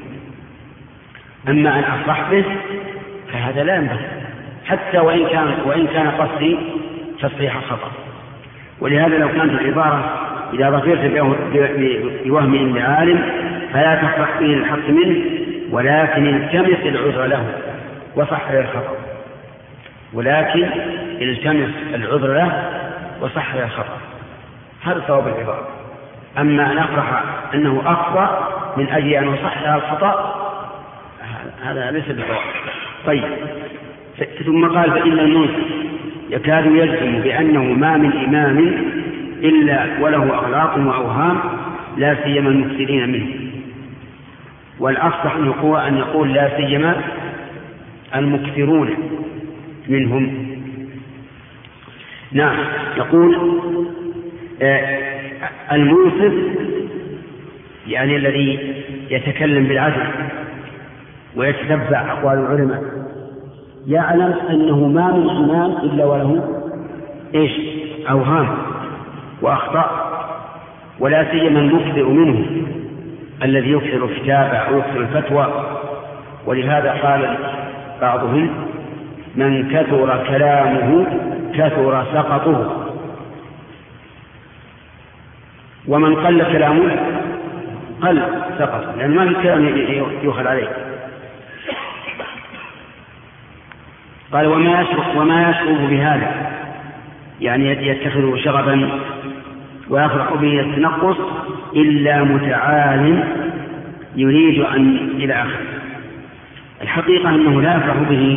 أما أن أفرح به فهذا لا ينبغي، حتى وإن كان قصدي تصحيح الخطأ. ولهذا لو كانت العبارة إذا ظفرت بوهم عند عالم فلا تفرح به للحق منه، ولكن التمس العذر له وصحح الخطأ. ولكن التمس العذر له وصحح الخطأ، هذا صواب العبارة. أما أن أفرح أنه أخطأ من أجل أن أصحح الخطأ هذا ليس بصواب. طيب، ثم قال فإن المنصف يكاد يجزم بأنه ما من إمام إلا وله أغلاط وأوهام، لا سيما المكثرين منه. والأفصح أن يقول لا سيما المكثرون منهم. نعم، يقول المنصف يعني الذي يتكلم بالعدل ويتتبع أقوال العلماء، يعلم أنه ما من إمام إلا وله أوهام وأخطاء، ولا سيما المكثر منه الذي يكثر الكتابة أو يكثر الفتوى. ولهذا قال بعضهم من كثر كلامه كثر سقطه، ومن قل كلامه قل سقط، لأن ما في كلام يؤخذ عليه. قال وما يشعر بهذا يعني يتخذه شغبا ويفرح به التنقص إلا متعال يريد أن إلى آخره. الحقيقة أنه لا يفرح به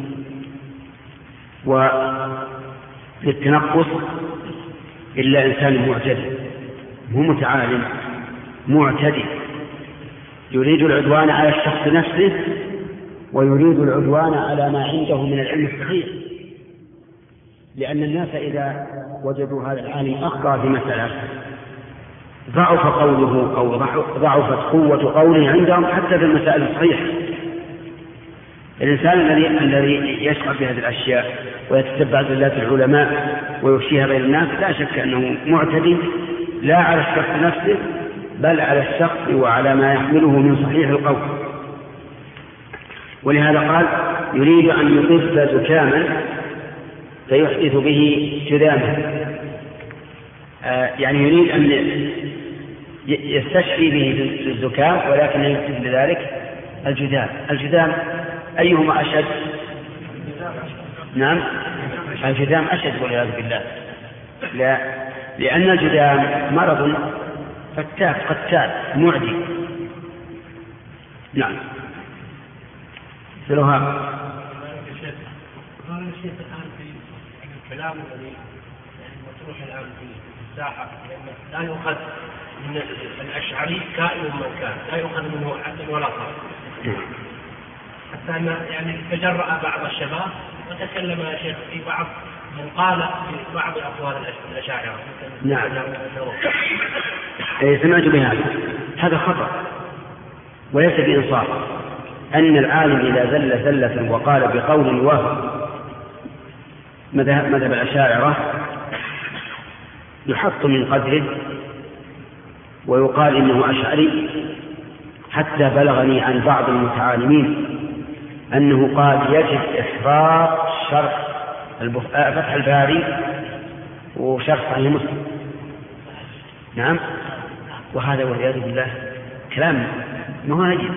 وللتنقص إلا إنسان معتدي، هو متعال معتدي يريد العدوان على الشخص نفسه ويريد العدوان على ما عنده من العلم الصحيح. لأن الناس إذا وجدوا هذا العالم أخطأ في مسألة ضعف قوله أو ضعفت قوة قوله عندهم حتى في المسائل الصحيحة. الإنسان الذي يشغل بهذه الأشياء ويتتبع زلات العلماء ويفشيها بين الناس لا شك أنه معتدي لا على الشخص نفسه بل على الشخص وعلى ما يحمله من صحيح القول. ولهذا قال يريد أن يطف زكاما فيحدث به جذاما، يعني يريد أن يستشفي به الزكام ولكن يكتب لذلك الجذام. الجذام أيهما أشد؟ نعم، الجذام أشد والعياذ بالله، لأن الجذام مرض فتاك قتال معدي. نعم. سلوها قال الشيخ الآن في الكلام الذي مطروح الآن في الساحة لا يؤخذ من الأشعري كائن من كان، لا يؤخذ منه عدل ولا صرف، حتى أن يعني تجرأ بعض الشباب وتكلم يا شيخ في بعض من قال في بعض أقوال الأشاعرة. نعم. سمعت بهذا، هذا خطأ وليس بإنصاف. أن العالم إذا زل زلة وقال بقول وافق مذهب الأشاعرة يحط من قدره ويقال إنه أشعري، حتى بلغني عن بعض المتعالمين أنه قال يجب إحضار شرح فتح الباري وشرح صحيح مسلم. نعم، وهذا والعياذ بالله كلام مهاجم.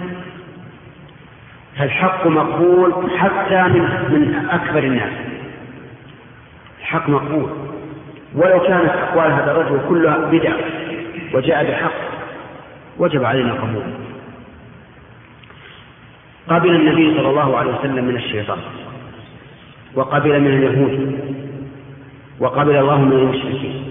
فالحق مقبول حتى من أكبر الناس، الحق مقبول ولو كانت أقوال هذا الرجل كلها بدع وجاء بالحق وجب علينا قبوله. قبل النبي صلى الله عليه وسلم من الشيطان، وقبل من اليهود، وقبل الله من المشركين.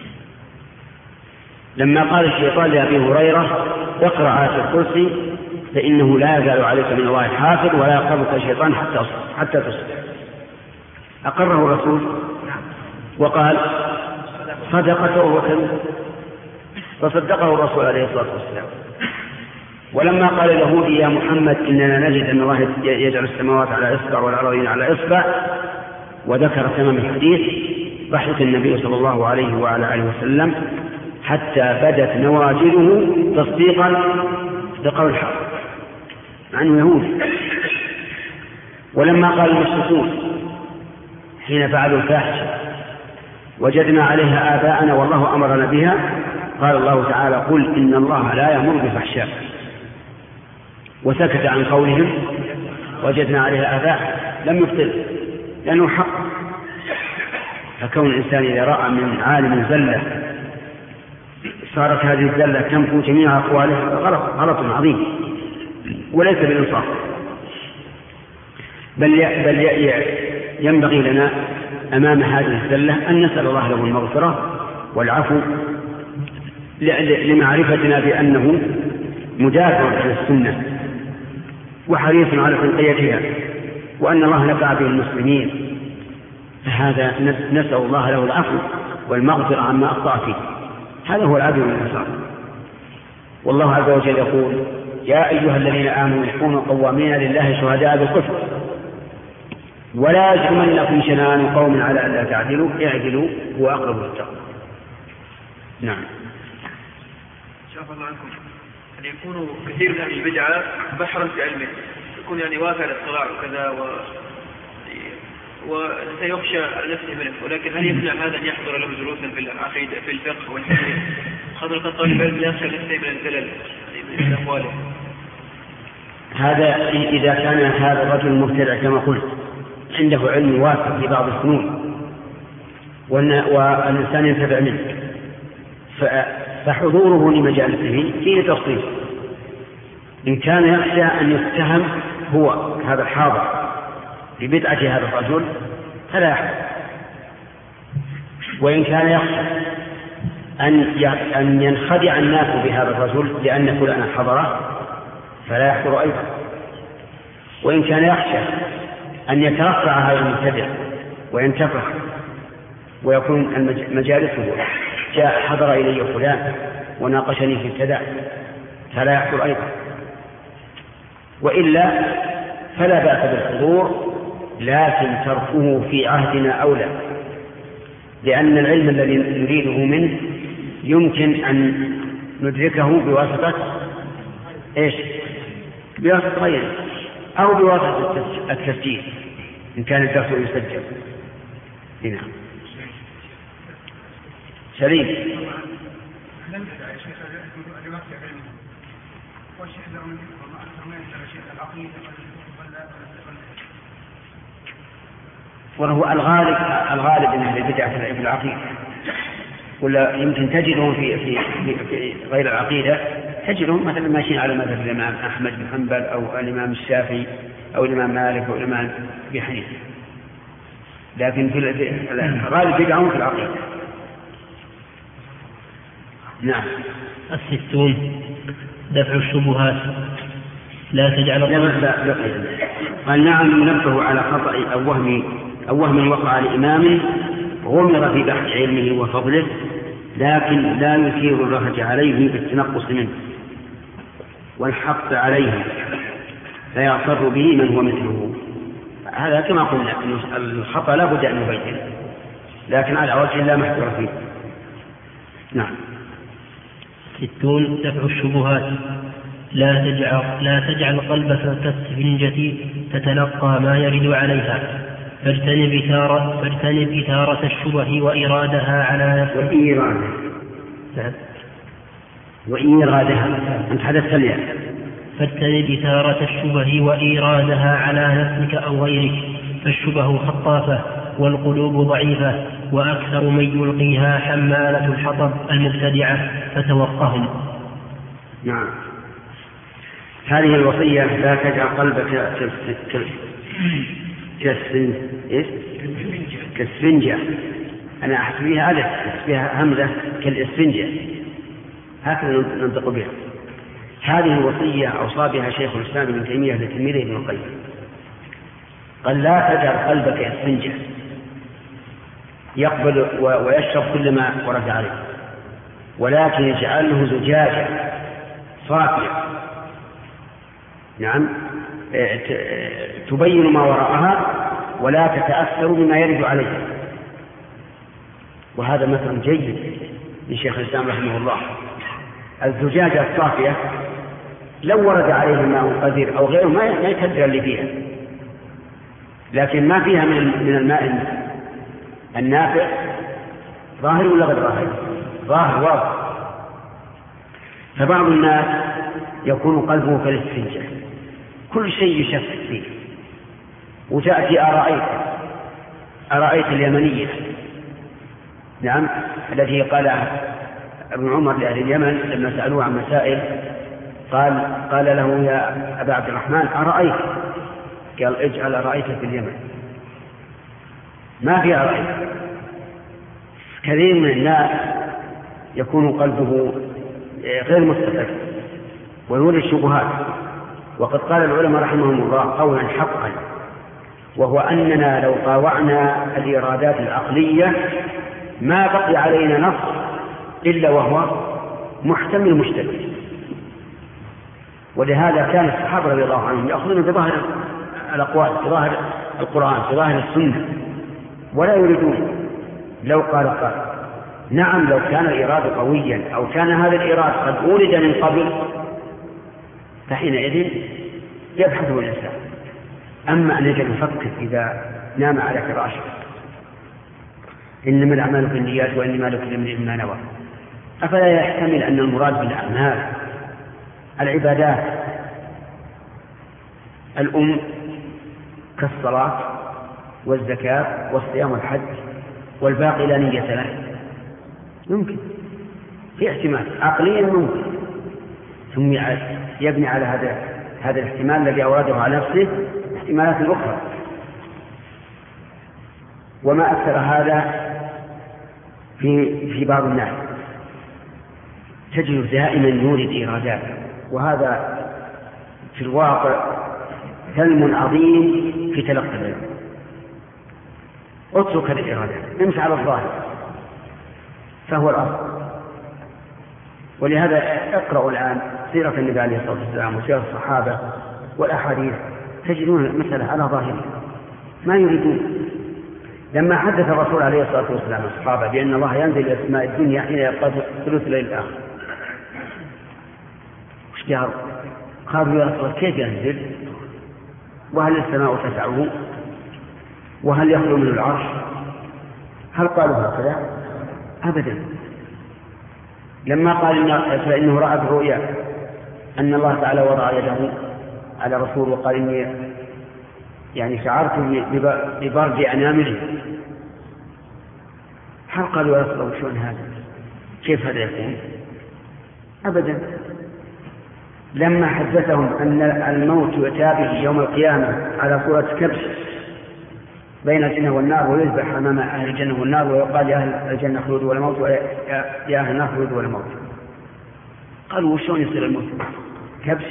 لما قال الشيطان لأبي هريرة اقرأ آية الكرسي فإنه لا يزال عليك من الله حافظ ولا يقربك الشيطان حتى تصبح. أقره الرسول وقال صدقته وكذب، فصدقه الرسول عليه الصلاة والسلام. ولما قال اليهودي يا محمد إننا نجد أن الله يجعل السماوات على إصبع والأراضين على إصبع وذكر تمام الحديث، ضحك النبي صلى الله عليه وعلى آله وسلم حتى بدت نواجذه تصديقا لقول الحق عنه يهود. ولما قال المشركون حين فعلوا الفاحشة وجدنا عليها آباءنا والله أمرنا بها، قال الله تعالى قل إن الله لا يأمر بالفحشاء، وسكت عن قولهم وجدنا عليها آباء لم يبطل لأنه حق. فكون الإنسان إذا رأى من عالم زلة صارت هذه الزلة تنفو جميع أقواله غلط عظيم وليس بالإنصاف. بل ينبغي لنا أمام هذه الزلة أن نسأل الله له المغفرة والعفو لمعرفتنا بأنه مدافع عن السنة وحريص على تنقيتها وأن الله نفع به المسلمين، فهذا نسأل الله له العفو والمغفرة عما أخطأ فيه. هذا هو العدل والإنصاف. والله عز وجل يقول يا أيها الذين آمنوا كونوا قوامين لله شهداء بالقسط ولا يجرمنكم شنآن قوم على ألا تعدلوا اعدلوا هو أقرب للتقوى. نعم. شاف الله عنكم أن يكون كثير من أهل البدعة بحرا في علمه، يكون يعني وافع للصراع وكذا وسيخشى على نفسه منه، ولكن هل يمنع هذا أن يحضر له دروسا في العقيدة في الفقه والحديث خاطر طالب العلم يخشى نفسه من الزلل من أقواله؟ هذا إذا كان هذا الرجل المبتدع كما قلت عنده علم واسع في بعض الفنون والإنسان ينتفع منه، فحضوره لمجالسه فيه تفصيل. إن كان يخشى أن يتهم هو هذا الحاضر ببدعة هذا الرجل فلا يحضر، وإن كان يخشى أن ينخدع الناس بهذا الرجل لأن فلان حضره فلا يحضر أيضا، وإن كان يخشى أن يترفع هذا المبتدع وينتفع ويكون مجالسه جاء حضر إلي فلان وناقشني في كذا فلا يحضر أيضا، وإلا فلا بأس بالحضور، لكن تركه في عهدنا أولى، لأن العلم الذي نريده منه يمكن أن ندركه بواسطة بواسطة غيره أو بواسطة التسجيل إن كان الدرس يسجل. هنا سليم. وهو الغالب من أهل البدع في العقيدة، ولا يمكن تجدهم في غير العقيدة، تجدهم مثلا ماشيين على مذهب الإمام أحمد بن حنبل أو الإمام الشافعي أو الإمام مالك أو الإمام أبي حنيفة، لكن في الغالب بدعهم في العقيدة. نعم. 60 دفع الشبهات لا تجعل قال نعم ننبه على خطأ أو وهم وقع لإمام غمر في بحث علمه وفضله لكن لا يثير الرهج عليه بالتنقص منه والحق عليه فيغتر به من هو مثله. هذا كما قلنا الخطأ لا بد أن يبين، لكن على وجه لا محذور فيه. نعم. 60 دفع الشبهات لا تجعل قلبك كالسفنجة تتلقى ما يرد عليها، فاجتنب إثارة الشبه وإرادها على نفسك. وإيرادها أنت حدثت لي. فاجتنب إثارة الشبه وإيرادها على نفسك أو غيرك، فالشبه خطافة والقلوب ضعيفة، وأكثر من يلقيها حمالة الحطب المبتدعة فتوقهم. نعم. هذه الوصية لا تجعل قلبك كالسفنجة. أنا أحسب بها ألف، أحسب بها همزة كالإسفنجة، هكذا ننطق بها. هذه الوصية أوصى بها شيخ الإسلام ابن تيمية لتلميذه ابن القيم، قال لا تجعل قلبك يسفنجه يقبل ويشرب كل ما ورد عليه، ولكن اجعله زجاجة صافية، نعم، تبين ما وراءها ولا تتأثر بما يرد عليه. وهذا مثل جيد لشيخ الإسلام رحمه الله. الزجاجة الصافية لو ورد عليه ماء قذر أو غيره ما يتدرى اللي فيها، لكن ما فيها من الماء النافع ظاهر ولا غير ظاهر؟ ظاهر واضح. فبعض الناس يكون قلبه كالاسفنجة، كل شيء يشفت فيه. وتأتي أرأيت اليمنية، نعم، التي قالها ابن عمر لأهل اليمن لما سألوه عن مسائل، قال له يا أبا عبد الرحمن أرأيت؟ قال اجعل أرأيت في اليمن، ما في أرأيت. كثير من الناس يكون قلبه غير مستقر ويولد شبهات. وقد قال العلماء رحمهم الله قولا حقا، وهو أننا لو طاوعنا الإرادات العقلية ما بقي علينا نص إلا وهو محتمل مشتبه. ولهذا كان الصحابة رضي الله عنهم يأخذون بظاهر الأقوال، بظاهر القرآن، بظاهر السنة، ولا يريدون لو قال. نعم، لو كان الإرادة قويا أو كان هذا الإرادة قد ولد من قبل فحينئذ يبحثه الإنسان. أما أن يجب يفكر إذا نام على فراشه إنما الأعمال بالنيات وإنما لكل امرئ ما نوى، أفلا يحتمل أن المراد بالأعمال العبادات الأم كالصلاة والزكاة والصيام والحج والباقي لا نية له؟ ممكن، في احتمال عقليا ممكن، ثم يبني على هذا الاحتمال الذي أورده على نفسه احتمالات أخرى. وما أكثر هذا في بعض الناس، تجد دائما يورد إرادات، وهذا في الواقع ثلم عظيم في تلقي العلم. اترك الإرادات، امشي على الظاهر فهو الأصل. ولهذا اقرأوا الآن سيرة النبي عليه الصلاة والسلام وسيرة الصحابة والأحاديث، تجدون المسألة على ظاهرها ما يريدون. لما حدث الرسول عليه الصلاة والسلام الصحابة بأن الله ينزل إلى السماء الدنيا حين يبقى ثلث الليل الآخر، وش قالوا يا رسول الله كيف ينزل؟ وهل السماء تسعه؟ وهل يخلو من العرش؟ هل قالوا هكذا؟ أبدا. لما قال فإنه رأى بالرؤيا أن الله تعالى وضع يده على رسول وقال إني يعني شعرت ببرد أنامله، هل قالوا يا رسول الله شلون هذا؟ كيف هذا يكون؟ أبدا. لما حدثهم أن الموت يتابع يوم القيامة على صورة كبش بين الجنة والنار ويذبح أمام أهل الجنة والنار ويقال يا أهل الجنة خلود ولا موت ويا أهل النار خلود ولا موت، قالوا وشون يصير الموت؟ كبش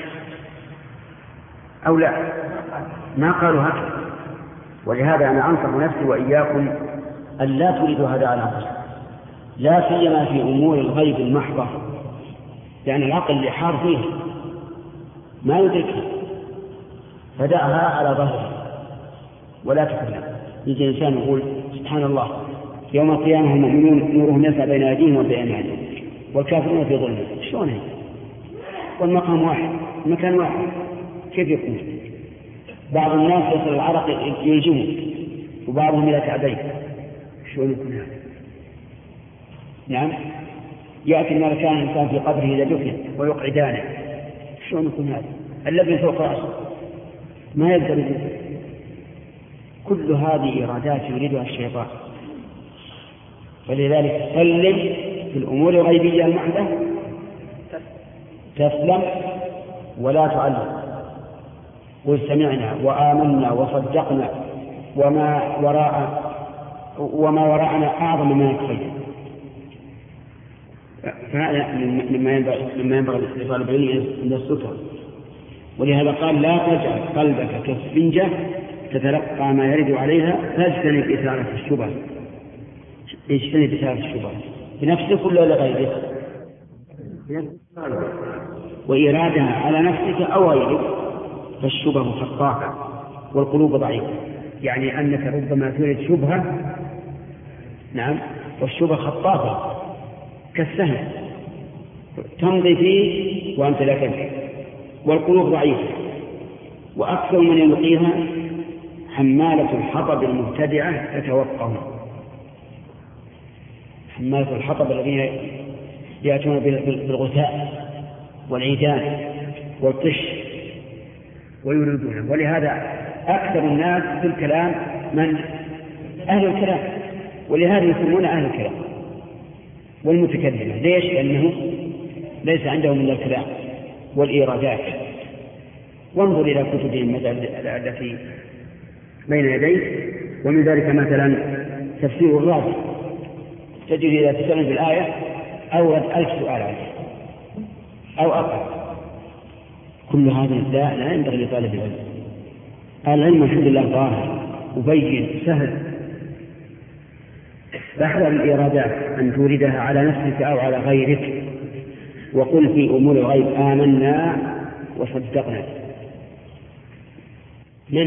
أو لا؟ ما قالوا هكذا. ولهذا أنا أنصح نفسي وإياكم أن لا تريدوا هذا على أنفسكم، لا سيما في أمور الغيب المحضة، لأن العقل اللي حار فيه ما يدركها، فدعها على ظهرها ولا تكلم. يجي الإنسان يقول سبحان الله يوم القيامة هم المؤمنون نورهم يسعى بين أيديهم وبأيمانهم والكافرون في ظلمهم، شلون هي؟ والمقام واحد، المكان واحد، كيف يكون؟ بعض الناس يصل العرق يلجمه وبعضهم إلى كعبيه، شلون يكون هذا؟ نعم، يأتي الملكان الإنسان في قبره إذا دفن ويقعدانه، شلون يكون هذا؟ اللبن فوق رأسه ما يقدر يجوز. كل هذه إرادات يريدها الشيطان. فلذلك سلم في الأمور الغيبية المحدة تسلم ولا تعلم. قل سمعنا وآمنا وصدقنا وما وراءنا أعظم ما يكفي. فهذا مما ينبغي لطالب العلم عند السترة. ولهذا قال لا تجعل قلبك كالسفنجة تتلقى ما يرد عليها فاجتنب إثارة الشبهة. اجتنب إثارة الشبهة بنفسك ولا لغيرك؟ وإرادها على نفسك أو غيرك فالشبهة خطافة والقلوب ضعيفة، يعني أنك ربما تريد شبهة، نعم، والشبهة خطافة كالسهم تمضي فيه وأنت لا تدري، والقلوب ضعيفة، وأكثر من يلقيها حمالة الحطب المبتدعة تتوقعهم. حمالة الحطب الذين يأتون بالغثاء والعيدان والقش ويريدونه. ولهذا أكثر الناس في الكلام من أهل الكلام، ولهذا يسمون أهل الكلام والمتكلمة. ليش؟ لأنه ليس عندهم إلا الكلام والإيرادات. وانظر إلى كتبهم التي بين يديه، ومن ذلك مثلا تفسير الرازي، تجد إذا تسأل بالآية أورد 1000 سؤال عليه أو أقل. كل هذا لا ينبغي لطالب العلم. العلم الحمد لله ظاهر مبين سهل. فاحذر الإيرادات أن توردها على نفسك أو على غيرك، وقل في أمور الغيب آمنا وصدقنا. من؟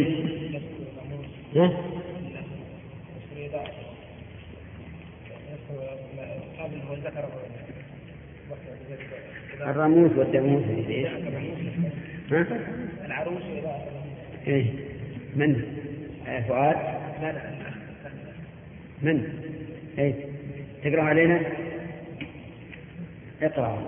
الراموس والداموس. العروس. إيه؟ من؟ فؤاد؟ من؟ إيه؟ تقرأ علينا؟ اقرأ.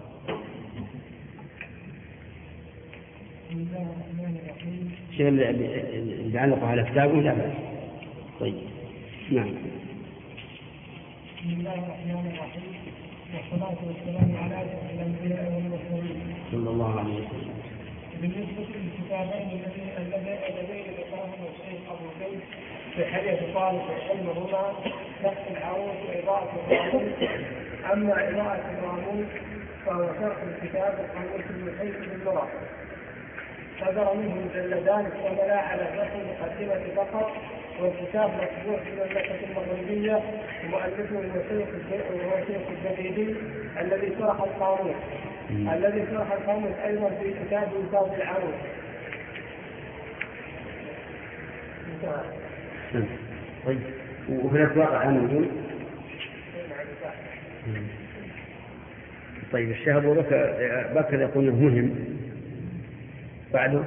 شيء اللي يعلق على كتابه لا بأس. طيب، نعم. بسم الله الرحمن الرحيم، والصلاة والسلام على أشرف الأنبياء والمرسلين صلى الله عليه وسلم. بالنسبة للكتابين اللذين ذكرهما الشيخ أبو زيد في حلية طالب العلم هما نفس العروس وإضاءة الراموس. أما إضاءة الراموس فهو شرح الكتاب القاموس المحيط باللغة، صدر منه مجلدان اشتملا على شرح مقدمة فقط، والكتاب مطبوع في المملكة المغربية، ومؤلفه الوثيق الجديدي الذي شرح القاموس أيضا في كتاب إنتاج العروس. طيب، وهناك واقع عنه. طيب، الشهب بكر يقول انه مهم. بعده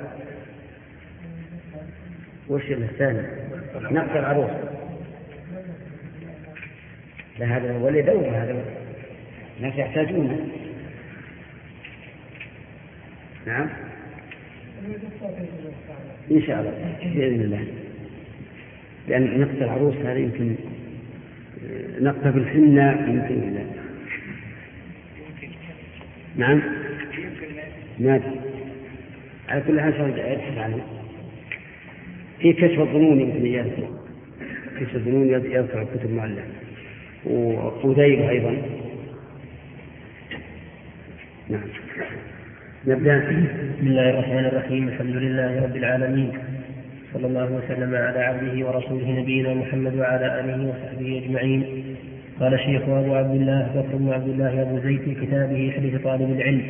وش الثاني؟ نقص العروس. لا، هذا هو اللي دوب، هذا الناس يحتاجونه. نعم، إن شاء الله بإذن الله. لأن نقص العروس هذا يمكن نقص بالحنة يمكن لا. نعم، نادي على كل حال يبحث عنه. في كشف الظنون يمكن يذكر كشف الظنون، يذكر الكتب المعلقة، وذيل أيضا. نعم، نبدأ. بسم الله الرحمن الرحيم. الحمد لله رب العالمين، صلى الله وسلم على عبده ورسوله نبينا محمد وعلى آله وصحبه أجمعين. قال الشيخ أبو عبد الله بكر بن عبد الله أبو زيد في كتابه حديث طالب العلم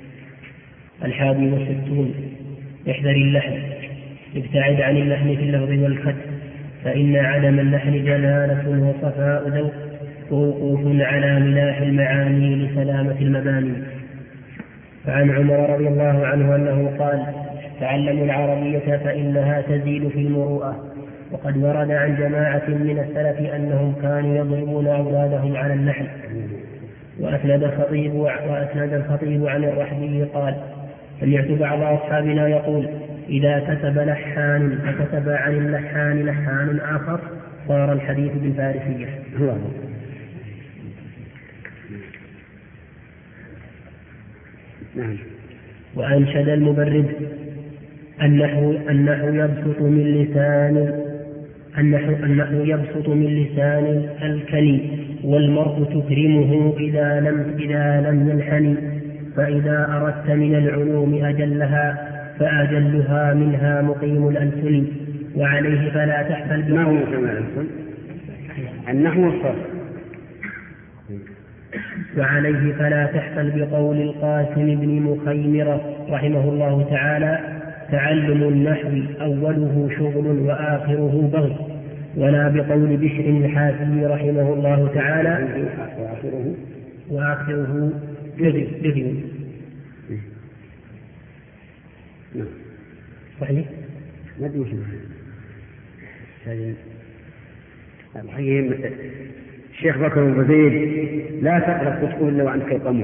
61: احذر اللحن، ابتعد عن اللحن في اللفظ والخط، فإن عدم اللحن جلالة وصفاء ذوق ووقوف على ملاح المعاني لسلامة المباني. فعن عمر رضي الله عنه أنه قال: تعلموا العربية فإنها تزيد في المروءة. وقد ورد عن جماعة من السلف أنهم كانوا يضربون أولادهم على اللحن. وأسند الخطيب عن الرحبي قال: سمعت بعض أصحابنا يقول: إذا كتب لحان فكتب عن اللحان لحان آخر صار الحديث بالفارسية. نعم. وأنشد المبرد: النحو يبسط من لسان الكلي والمرء تكرمه إذا لم يلحن. فإذا أردت من العلوم أجلها فأجلها منها مقيم الألسن. وعليه فلا تحفل ما هو مقيم الألسن؟ النحو والصرف. وعليه فلا تحفل بقول القاسم بن مخيمرة رحمه الله تعالى: تعلم النحو أوله شغل وآخره بغي. ولا بقول بشر الحافي رحمه الله تعالى: وآخره بغي. صحيح؟ ما أدري وش الشيخ بكر بن زيد لا تقرأ كتبه إلا وعندك القاموس.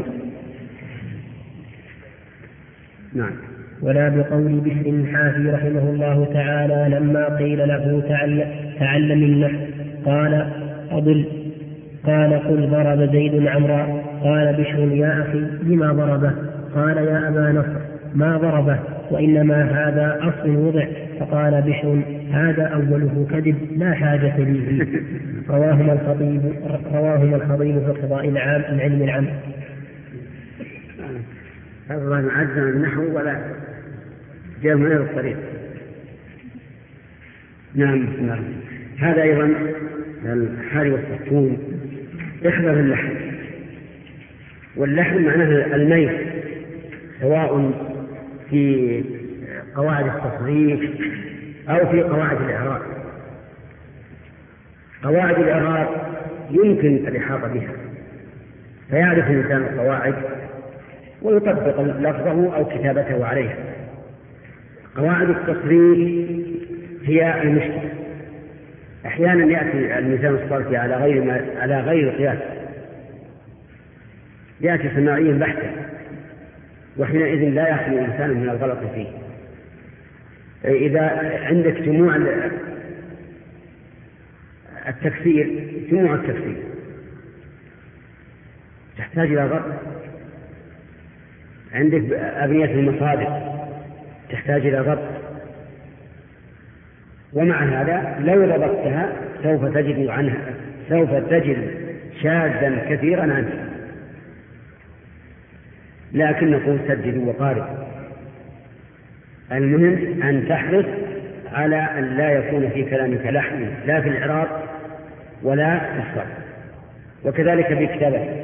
نعم. ولا بقول بشر الحافي رحمه الله تعالى لما قيل له تعلم النحو قال: أضل. قال: قل ضرب زيد عمرا. قال بشر: يا أخي لما ضربه؟ قال: يا أبا نصر ما ضربه، وإنما هذا أصل وضع. فقال بشر: هذا أوله كذب لا حاجة لي فيه. رواهما الخطيب في قضاء العلم العام. هذا الله معزم النحو ولا جاء من غير الطريق. نعم. هذا أيضا الحال والسكون احذر اللحن. واللحن معناه الميل، سواء في قواعد التصريف أو في قواعد الإعراب. قواعد الإعراب يمكن الإحاطة بها، فيعرف الإنسان القواعد ويطبق لفظه أو كتابته عليها. قواعد التصريف هي المشكلة. أحيانا يأتي الميزان الصرفي على غير قياس، يأتي سماعيا بحتا، وحينئذ لا يخلو الإنسان من الغلط فيه. إذا عندك جموع التكسير تحتاج إلى ضبط. عندك أبنية المصادر تحتاج إلى ضبط، ومع هذا لو ضبطتها سوف تجد شاذا كثيرا عنها. لكن نقول سددوا وقاربوا. المهم أن تحرص على أن لا يكون في كلامك لحن، لا في الإعراب ولا في الصرف، وكذلك في كتابتك.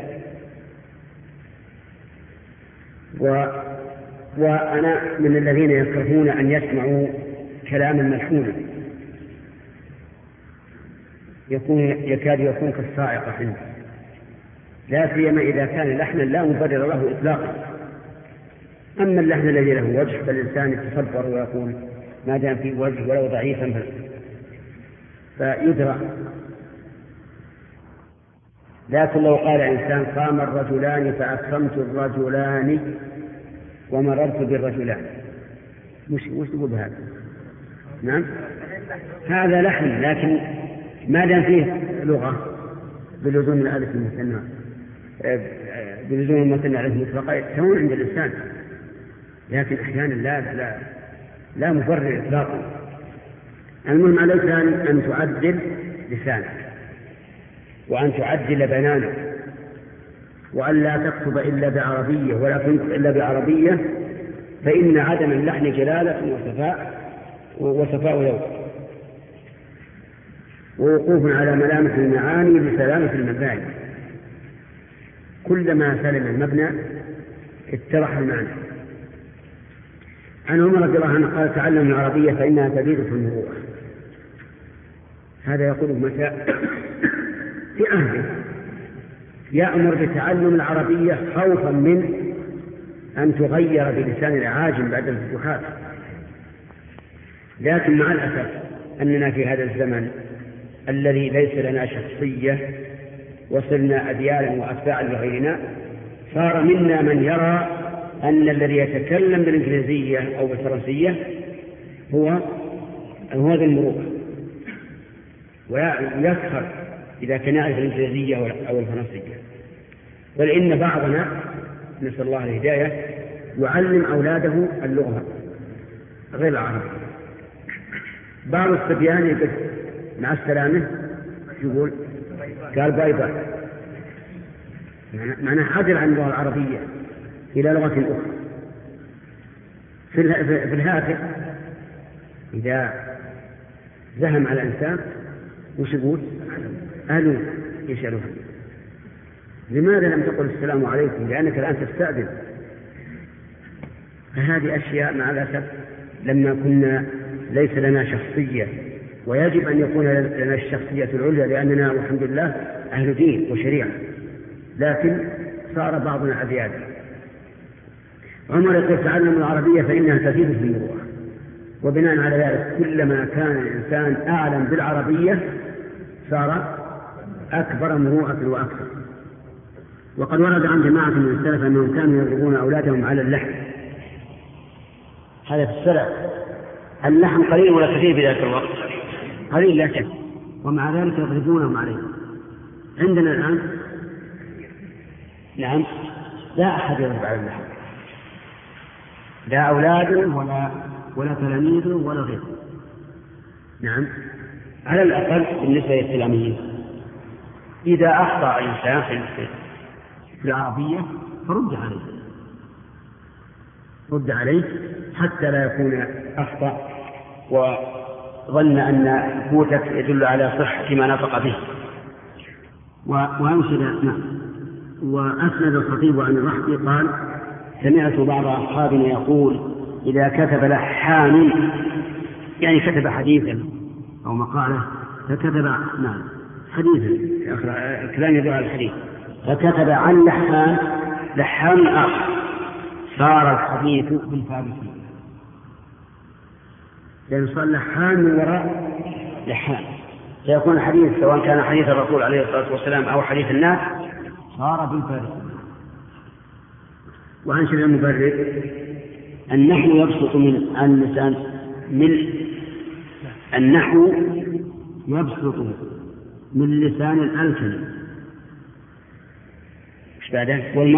وأنا من الذين يكرهون أن يسمعوا كلاما ملحونا، يكاد يكون كالصاعقة عندي، لا سيما إذا كان لحنا لا مبرر له إطلاقا. أما اللحن الذي له وجه فالإنسان يتصبر ويقول ما دام فيه وجه ولو ضعيفا فيدرى. لكن لو قال إنسان: قام الرجلان فأكرمت الرجلان ومررت بالرجلان، مش تقول بهذا؟ نعم، هذا لحن، لكن ما دام فيه لغة بلزوم الألف المثنى بلزوم المثنى على المطلقة تكون عند الإنسان. لكن أحيانا لا مبرر إطلاقا. المهم عليك أن تعدل لسانك، وأن تعدل بنانك، وأن لا تكتب إلا بعربية ولا تنطق إلا بعربية، فإن عدم اللحن جلالة وصفاء ذوق، ووقوف على ملامح المعاني بسلامة المباني. كلما سلم المبنى اتضح المعنى. عن عمر رضي الله عنه قال: تعلم العربية فإنها تزيد في المروءة. هذا يقول متى؟ في عهده يأمر بتعلم العربية خوفا من أن تغير بلسان الأعاجم بعد الفتوحات. لكن مع الأسف أننا في هذا الزمن الذي ليس لنا شخصية وصرنا أديالا وأتباعا لغيرنا، صار منا من يرى أن الذي يتكلم بالإنجليزية أو بالفرنسية هو ذا المروءة، ويسخر إذا كان يعرف الإنجليزية أو الفرنسية. بل إن بعضنا نسأل الله الهداية يعلم أولاده اللغة غير العربية. بعض الصبيان يقول مع السلامة، يقول قال باي باي، معناه حجر عن اللغة العربية إلى لغة أخرى. في الهاتف إذا زهم على الإنسان وش يقول؟ أهلا يسألون. لماذا لم تقل السلام عليكم؟ لأنك الآن تستأذن. فهذه أشياء مع الأسف لما كنا ليس لنا شخصية، ويجب أن يكون لنا الشخصية العليا لأننا والحمد لله أهل دين وشريعة، لكن صار بعضنا أذيادا. عمر يقول تعلم العربية فإنها تزيد في المروءة، وبناء على ذلك كلما كان الإنسان أعلم بالعربية صار أكبر مروءة وأكثر. وقد ورد عن جماعة من السلف أنهم كانوا يضربون أولادهم على اللحم. هذا في السلف. اللحم قليل ولا كثير في ذلك الوقت؟ قليل لا شك، ومع ذلك يضربونهم عليه. عندنا الآن نعم لا أحد يضرب على اللحم، لا أولاد ولا تلاميذ ولا غيره. نعم على الأقل بالنسبة للتلاميذ إذا أخطأ إنسان في العربية فرد عليه حتى لا يكون أخطأ وظن أن فوتك يدل على صحة ما نطق به. وأسند الخطيب عن الرحبي قال سمعت بعض أصحابنا يقول إذا كتب لحان يعني كتب حديثا أو مقالة فكتب حديثا الكلام يدل على الحديث فكتب عن لحان آخر صار الحديث بالفارسي، لأن صار لحان من وراء لحان، سيكون الحديث سواء كان حديث الرسول عليه الصلاة والسلام أو حديث الناس صار بالفارسي. وعن شيخ المبرر النحو يبسط من اللسان النحو يبسط من لسان الألسن. ايش بعده؟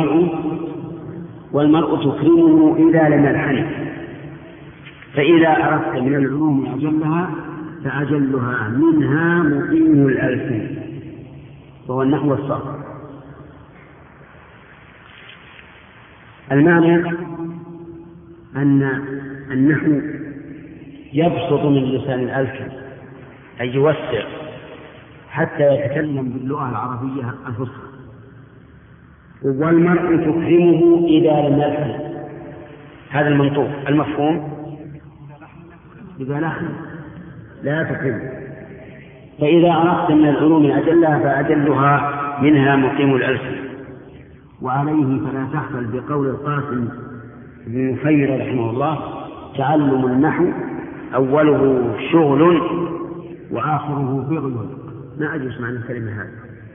والمرء تكرمه إذا لم يلحن، فإذا أردت من العلوم أجلها فأجلها منها مقيم الألسن، وهو النحو والصرف. المعنى أن النحو يبسط من لسان الألسن أي يوسع حتى يتكلم باللغة العربية الفصحى. والمرء تكرمه إذا لم يلحن، هذا المنطوق. المفهوم إذا لحن لا تكرمه. فإذا أردت من العلوم أجلها فأجلها منها مقيم الألسن. وعليه فلا تحفل بقول القاسم بن مفير رحمه الله تعلم النحو أوله شغل وآخره بغي. ما أدري معنى الكلمة هذه،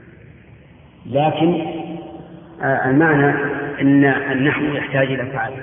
لكن المعنى أن النحو يحتاج إلى تعلم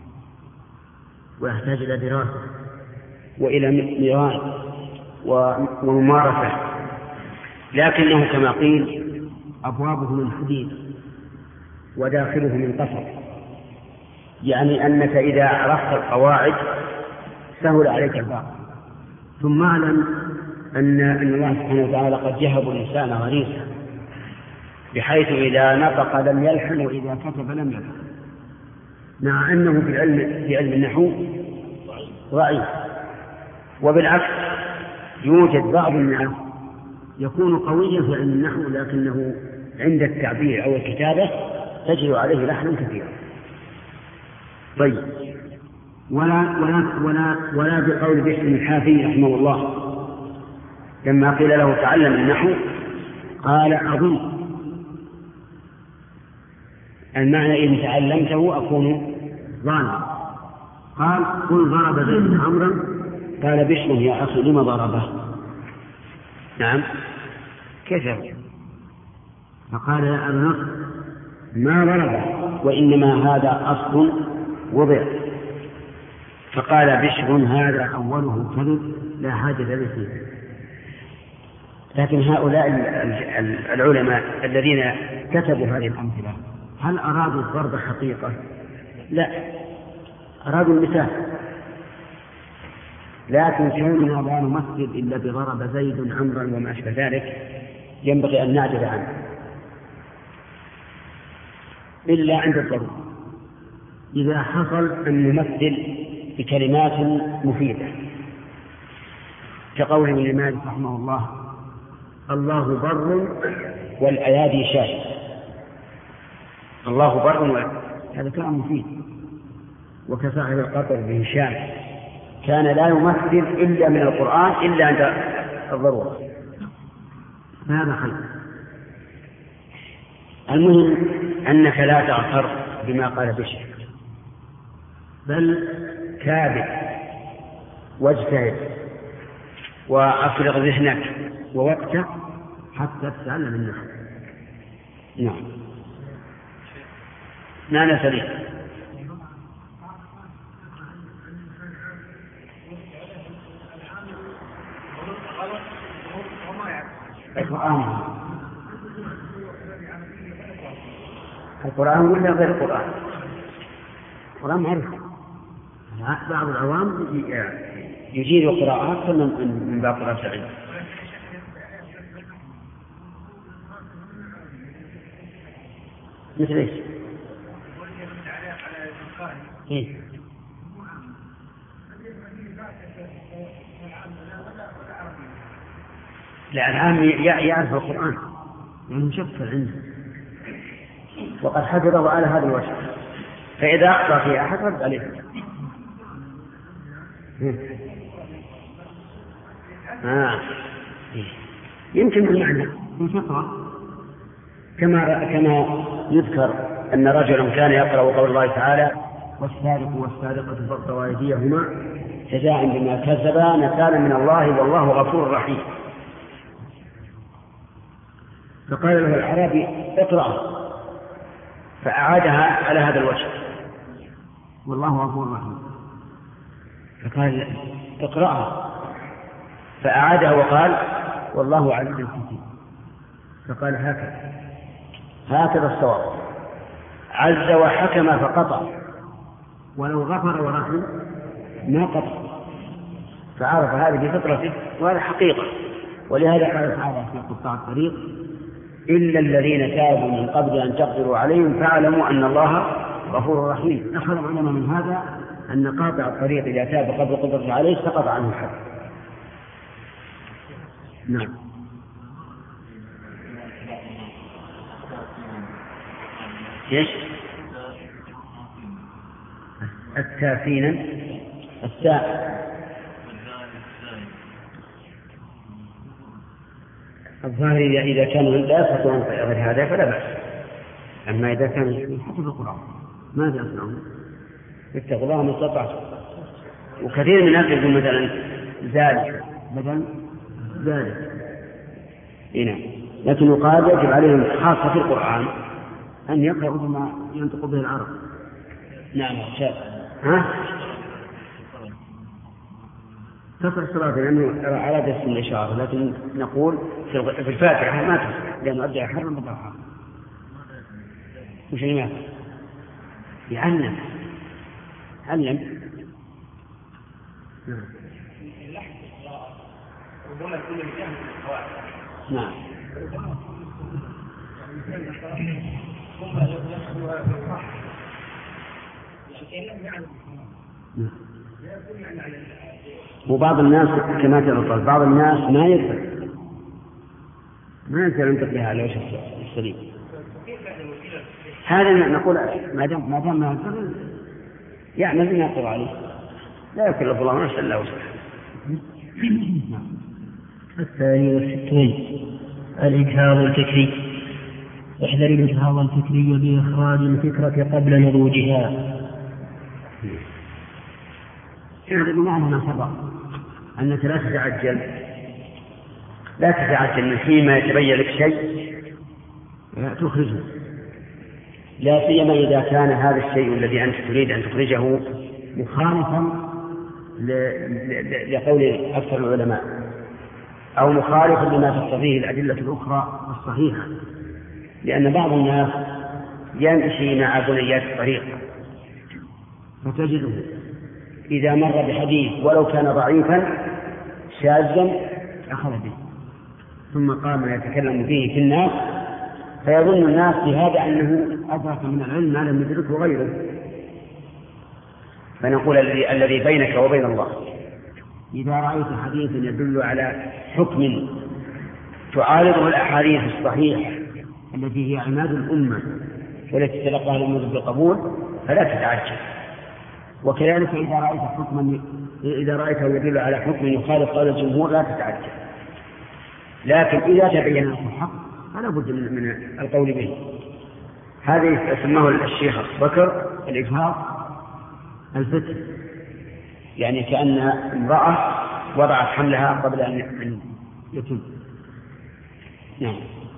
ويحتاج إلى دراسة وإلى نيران وممارسة، لكنه كما قيل أبوابه من حديد وداخله من قصر، يعني أنك إذا عرفت القواعد سهل عليك الباقي. ثم اعلم أن الله سبحانه وتعالى قد يهب الإنسان غريزة بحيث إذا نطق لم يلحن وإذا كتب لم يلحن، مع أنه في علم النحو ضعيف. وبالعكس يوجد بعض الناس يكون قويا في علم النحو لكنه عند التعبير أو الكتابة تجري عليه لحنا كثيرا. طيب ولا بقول بشر الحافي رحمه الله لما قيل له تعلم النحو قال أظن المعنى إن تعلمته أكون ظالما. قال قل ضرب زيد عمرا قال بشر يا أخي لما ضربه؟ نعم كيف؟ فقال يا أبا نصر ما ضربه وإنما هذا أصل وضع. فقال بشر هذا أوله كذب لا حاجة به. لكن هؤلاء العلماء الذين كتبوا هذه الأمثلة هل أرادوا الضرب حقيقة؟ لا، أرادوا المثال. لكن كوننا لا نمثل إلا بضرب زيد عمرا وما أشبه ذلك ينبغي أن نعجل عنه. إلا عند الضرورة، إذا حصل أن نمثل بكلمات مفيدة كقول ابن مالك رحمه الله: الله بر والأيادي شاهد. الله بر، هذا كلام مفيد. وكصاحب القطر بهشام كان لا يمثل إلا من القرآن إلا عند الضرورة، هذا خير. المهم أنك لا تغتر بما قال بشر، بل كابد واجتهد وأفرغ ذهنك ووقتك حتى تتعلم النحو. نعم. نعم سليم. القرآن ولا غير القرآن؟ القرآن معرفة. بعض العوام يجيد القراءة أكثر من باقي قراءة العلم. مثل ايش؟ إيه؟ لا، العام يعرف القرآن يعني مشكل عنده وقد حفظه على هذا الوجه، فإذا أخطأ في أحد رد عليه. يمكن المعنى بالفطرة، كما يذكر أن رجلا كان يقرأ قول الله تعالى: والسارق والسارقة فاقطعوا أيديهما جزاء بما كسبا نكالا من الله والله غفور رحيم. فقال له الأعرابي: اقرأ، فأعادها على هذا الوجه: والله غفور رحيم. فقال: اقرأها، فأعادها وقال: والله عليم حكيم. فقال: هكذا الصواب، عز وحكم فقطع، ولو غفر ورحم ما قطع. فعرف هذه بفطرته وهذا حقيقة. ولهذا قال تعالى في قطاع الطريق: إلا الذين تابوا من قبل أن تقدروا عليهم فاعلموا أن الله غفور رحيم. أخذ العلماء من هذا أن قاطع الطريق إذا تاب قبل قدرته عليه سقط عنه الحد. نعم. ايش؟ التافين التاء الظاهر إذا كانوا لا يستطيعون غير هذا فلا بأس، أما إذا كان حسب القرآن ماذا يصنعون؟ اتقوا الله ما استطعتم. وكثير من الناس يقول مثلا ذلك بدل ذلك. نعم. لكن يقال يجب عليهم خاصة في القرآن أن يقرأوا بما ينطق به العرب. نعم. تصح الصلاة لأنه أراد اسم الإشارة، لكن نقول في الفاتحة ما تصح لأنه أبدأ يحرم بطرحها. مش لماذا؟ يعلم. نعم. وبعض الناس كما تقول بعض الناس ما يقدر ينطق بها على وجه السليم. هذا نقول ما دام ما يقدر يعمل بما يقدر عليه، لا يكلف الله نفسا الا وسعها. الثاني والستون الإجهاض الفكري. احذر الإجهاض الفكري بإخراج الفكرة قبل نضوجها. هذا بمعنى ما سبق أنك لا تتعجل من حينما يتبين لك شيء تخرجه، لا سيما إذا كان هذا الشيء الذي أنت تريد أن تخرجه مخالفا لقول أكثر العلماء أو مخالفا لما تقتضيه الأدلة الأخرى الصحيحة. لأن بعض الناس يمشي مع بنيات الطريق فتجده إذا مر بحديث ولو كان ضعيفا شاذا أخذ به، ثم قام يتكلم فيه في الناس فيظن الناس بهذا أنه أدرك من العلم ما لم يدركه غيره. فنقول الذي بينك وبين الله إذا رأيت حديث يدل على حكم تعارضه الأحاديث الصحيحة التي هي عماد الأمة والتي تلقاها الأمة بالقبول فلا تتعجل. وكذلك إذا رأيته يدل على حكم يخالف قول الجمهور لا تتعجل. لكن إذا تبين لك الحق فلا بد من القول به. هذا يسميه الشيخ بكر الإجهاض الفتن، يعني كأن امرأة وضعت حملها قبل أن يتم. نعم.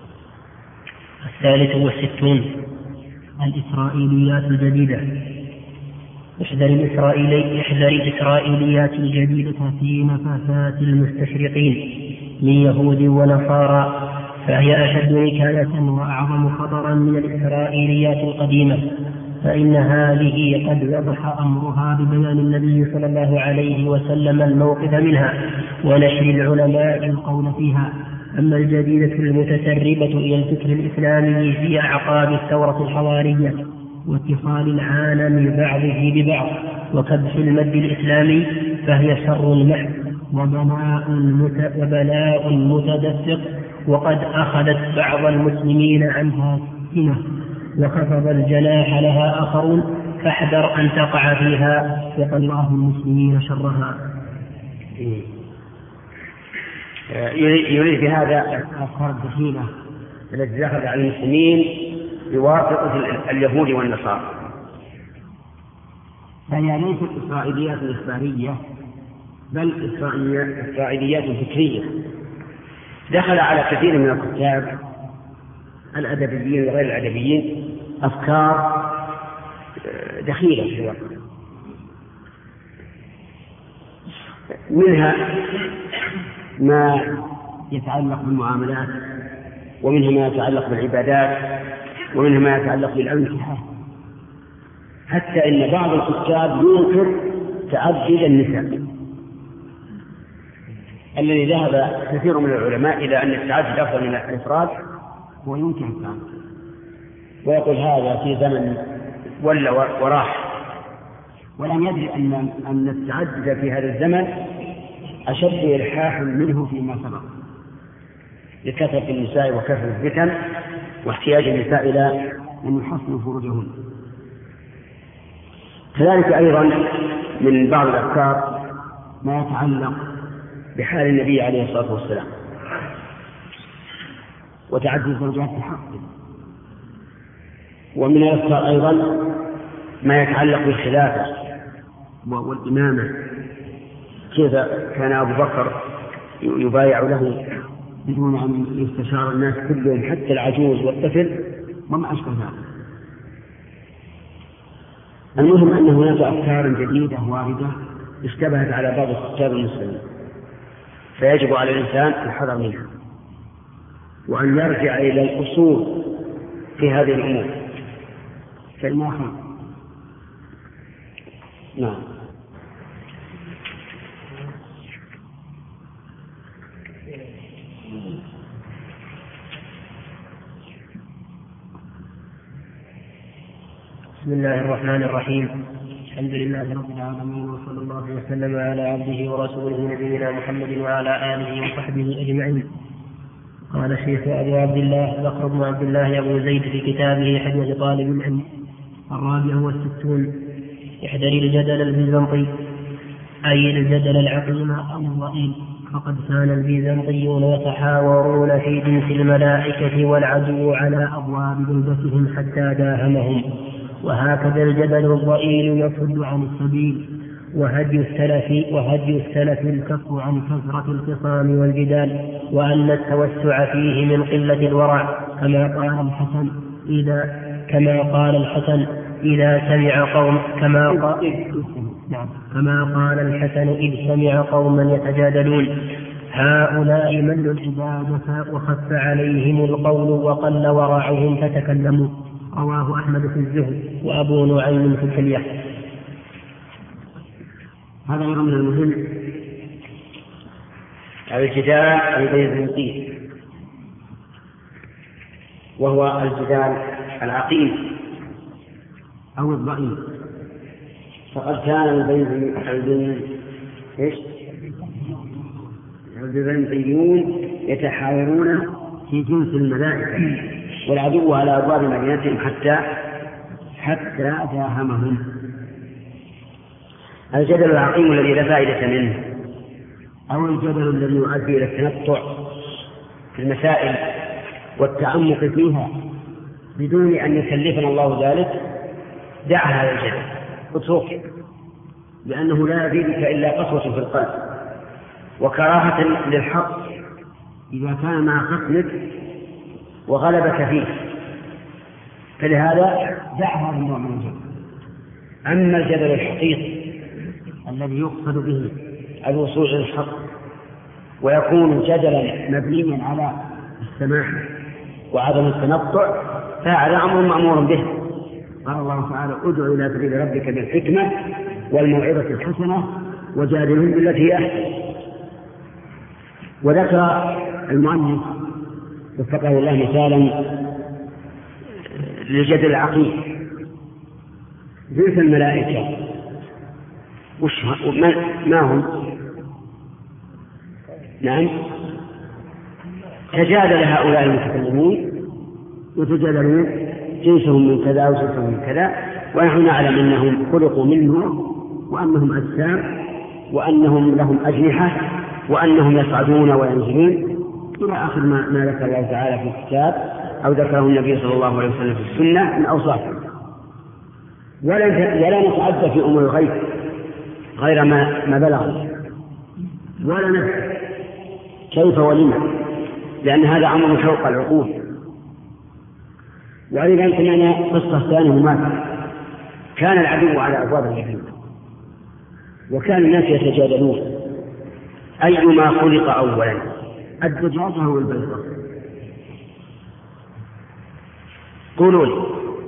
63 الإسرائيليات الجديدة. احذر الإسرائيليات الجديدة في نفاثات المستشرقين من يهود ونصارى، فهي أشد نكاية وأعظم خطرا من الإسرائيليات القديمة، فإن هذه قد وضح أمرها ببيان النبي صلى الله عليه وسلم الموقف منها ونشر العلماء القول فيها. أما الجديدة المتسربة إلى الفكر الإسلامي في أعقاب الثورة الحضارية واتصال العالم بعضه ببعض وكبح المد الإسلامي فهي شر محض وبلاء متدفق، وقد أخذت بعض المسلمين عنها سنة وخفض الجناح لها آخرون، فاحذر أن تقع فيها وقى الله المسلمين شرها. يريد بهذا الأفكار الدخيلة التي دخلت على المسلمين بواسطة اليهود والنصارى، فهي ليست إسرائيليات إخبارية بل إسرائيليات فكرية. دخل على كثير من الكتاب الأدبيين وغير الأدبيين أفكار دخيلة في الوقت، منها ما يتعلق بالمعاملات، ومنها ما يتعلق بالعبادات، ومنها ما يتعلق بالأنكحة، حتى إن بعض الكتاب ينكر تعدد النساء، الذي ذهب كثير من العلماء إلى أن التعدد أفضل من الإفراد وينكر التعدد، ويقول هذا في زمن ولا وراح، ولم يدري أن التعدد في هذا الزمن أشد إلحاحا منه فيما سبق لكثرة النساء وكثرة الفتن واحتياج النساء إلى أن يحصنوا فروجهن. كذلك أيضا من بعض الأفكار ما يتعلق بحال النبي عليه الصلاة والسلام وتعدد الزوجات بحق، ومن الأفكار أيضا ما يتعلق بالخلافة والإمامة، كيف كان أبو بكر يبايع له بدون أن يستشار الناس كلهم حتى العجوز والطفل وما أشبه ذلك. المهم أن هناك أفكار جديدة واردة اشتبهت على بعض الكتاب المسلمين، فيجب على الإنسان الحذر منها وأن يرجع إلى الأصول في هذه الأمور فإنها خير. نعم. بسم الله الرحمن الرحيم. الحمد لله رب العالمين، وصلى الله وسلم على عبده ورسوله نبينا محمد وعلى آله وصحبه أجمعين. قال الشيخ أبو عبد الله بكر بن عبد الله أبو زيد في كتابه حجة طالب العلم 64 احذر الجدل البيزنطي، أي الجدل العقيم أو الضئيل، فقد كان البيزنطيون يتحاورون في جنس الملائكة والعدو على أبواب بلدتهم حتى داهمهم، وهكذا الجدل الضئيل يصد عن السبيل، وهدي السلف الكف عن كثرة الخصام والجدال، وأن التوسع فيه من قلة الورع، كما قال الحسن إذ سمع قوما يتجادلون: هؤلاء ملوا العبادة وخف عليهم القول وقل ورعهم فتكلموا. رواه أحمد في الزهد وأبو نعيم في الحلية. هذا أمر من المهم الجدال البيزنطي، وهو الجدال العقيم أو الضعيف. فقد كان البيزنطيون يتحاورون في جنس الملائكة والعدو على أبواب مدينتهم حتى داهمهم. الجدل العقيم الذي لا فائدة منه، أو الجدل الذي يؤدي إلى التنطع في المسائل والتعمق فيها بدون أن يكلفنا الله ذلك، دع هذا الجدل اتركه، لأنه لا يزيدك إلا قسوة في القلب وكراهة للحق إذا كان مع خصمك وغلبك فيه. فلهذا دع هذا النوع من الجدل. أما الجدل الحقيقي الذي يقصد به الوصول إلى الحق ويكون جدلا مبنيا على السماحة وعدم التنطع، فهذا أمر مأمور به. قال الله تعالى: ادع إلى سبيل ربك بالحكمة والموعظة الحسنة وجادلهم بالتي هي أحسن. وذكر المؤلف وفقه الله مثالا للجدل العقيم جنس الملائكة. ما هم؟ نعم، تجادل هؤلاء المتكلمون وتجادلون جنسهم من كذا وجنسهم من كذا، ونحن نعلم أنهم خلقوا منه وأنهم أجسام وأنهم لهم أجنحة وأنهم يصعدون وينزلون إلى آخر ما ذكر الله تعالى في الكتاب أو ذكره النبي صلى الله عليه وسلم في السنة من أوصافهم. ولا نتعدى في أمور الغيب غير ما بلغ، ولا نفهم كيف ولما، لأن هذا أمر فوق العقول. ولذلك سمعنا قصة ثانية مماثلة. كان العدو على أبواب الجحيم وكان الناس يتجادلون أيما خلق أولا، الدجاجة أو البيضة؟ قولوا لي.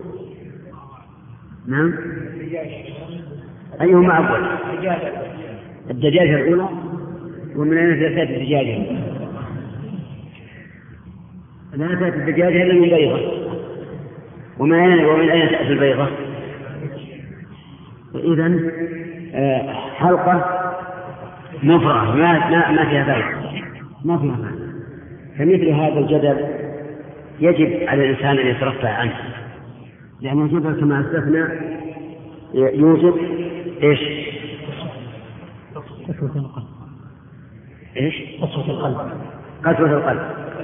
نعم، أيهما أول؟ الدجاجة الأولى. ومن أين تأتي الدجاجة؟ لا تأتي الدجاجة إلا من بيضة. ومن أين تأتي البيضة؟ إذن حلقة مفرغة ما فيها بيض، ما فيها بيض. فمثل هذا الجدل يجب على الإنسان أن يترفع عنه، لأن الجدل كما أسلفنا يوجب إيش؟ قسوة القلب. إيش؟ قسوة القلب. قسوة القلب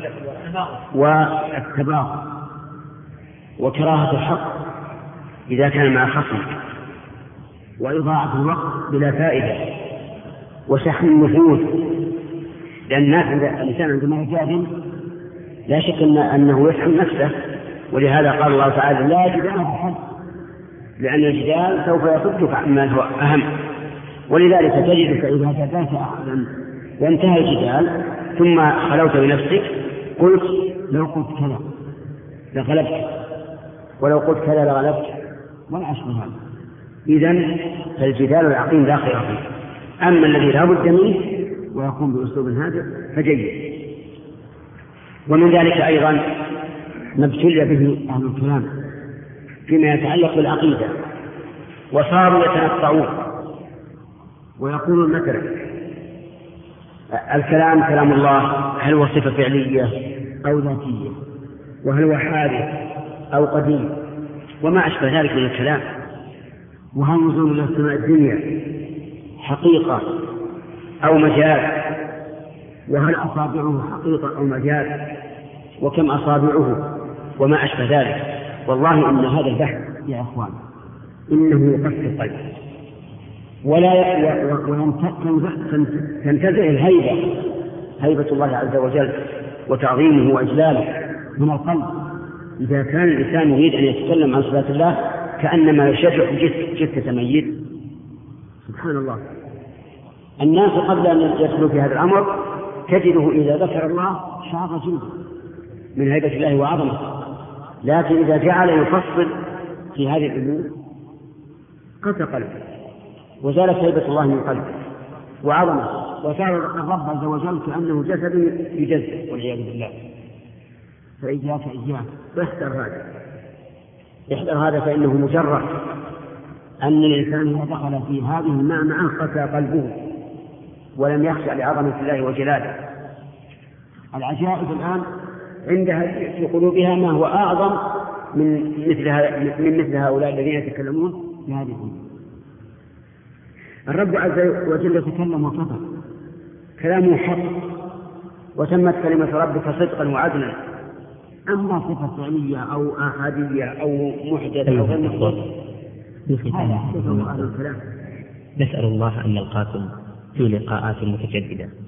والتباغض وكراهة الحق إذا كان مع خصمك، وإضاعة الوقت بلا فائدة، وشحن النفوذ. لأن الإنسان عندما يجادل لا شك أنه يشحن نفسه، ولهذا قال الله تعالى: لا جدال في الحق، لأن الجدال سوف يصدك عما هو أهم. ولذلك تجدك إذا جادلت أحدا وانتهى الجدال ثم خلوت بنفسك قلت: لو قلت كذا لغلبت، ولو قلت كذا لغلبت، ولا أشبه هذا. إذن فالجدال العقيم لا خير فيه. أما الذي لا بد منه ويكون بأسلوب هادئ فجيد. ومن ذلك أيضا ما ابتلي به أهل الكلام فيما يتعلق بالعقيدة، وصاروا يتنطعون ويقولون مثلا: الكلام كلام الله هل هو صفة فعلية أو ذاتية، وهل هو حادث أو قديم، وما أشبه ذلك من الكلام، وهل نزول إلى السماء الدنيا حقيقة أو مجاز، وهل أصابعه حقيقة أو مجاز، وكم أصابعه، وما أشبه ذلك. والله إن هذا البحث يا أخوان إنه قسوة قلب، تنتزع الهيبة، هيبة الله عز وجل وتعظيمه وإجلاله من القلب. إذا كان الإنسان يريد أن يتكلم عن صفات الله كأنما يشرح جثة ميت، سبحان الله. الناس قبل أن يدخلوا في هذا الأمر تجده إذا ذكر الله شعر جلده من هيبة الله وعظمته، لكن إذا جعل يفصل في هذه الأمور قسى قلبه وزالت هيبة الله من قلبه وعظمته، وصار الرب عز وجل كأنه جسد يجزء والعياذ بالله. فإياك احذر هذا فإنه مجرد أن الإنسان إذا دخل في هذه المعمعة قسى قلبه ولم يخشع لعظمة الله وجلاله. العجائب الآن عندها في قلوبها ما هو أعظم من مثل هؤلاء الذين يتكلمون بهذه الأمور. الرب عز وجل يتكلم وكفى، كلامه حق وتمت كلمة ربك صدقا وعدلا. أما صفة فعلية أو أحادية أو محدثة أو غير محدثة هذا حدثه أهل الكلام. نسأل الله أن نلقاكم في لقاءات متجددة.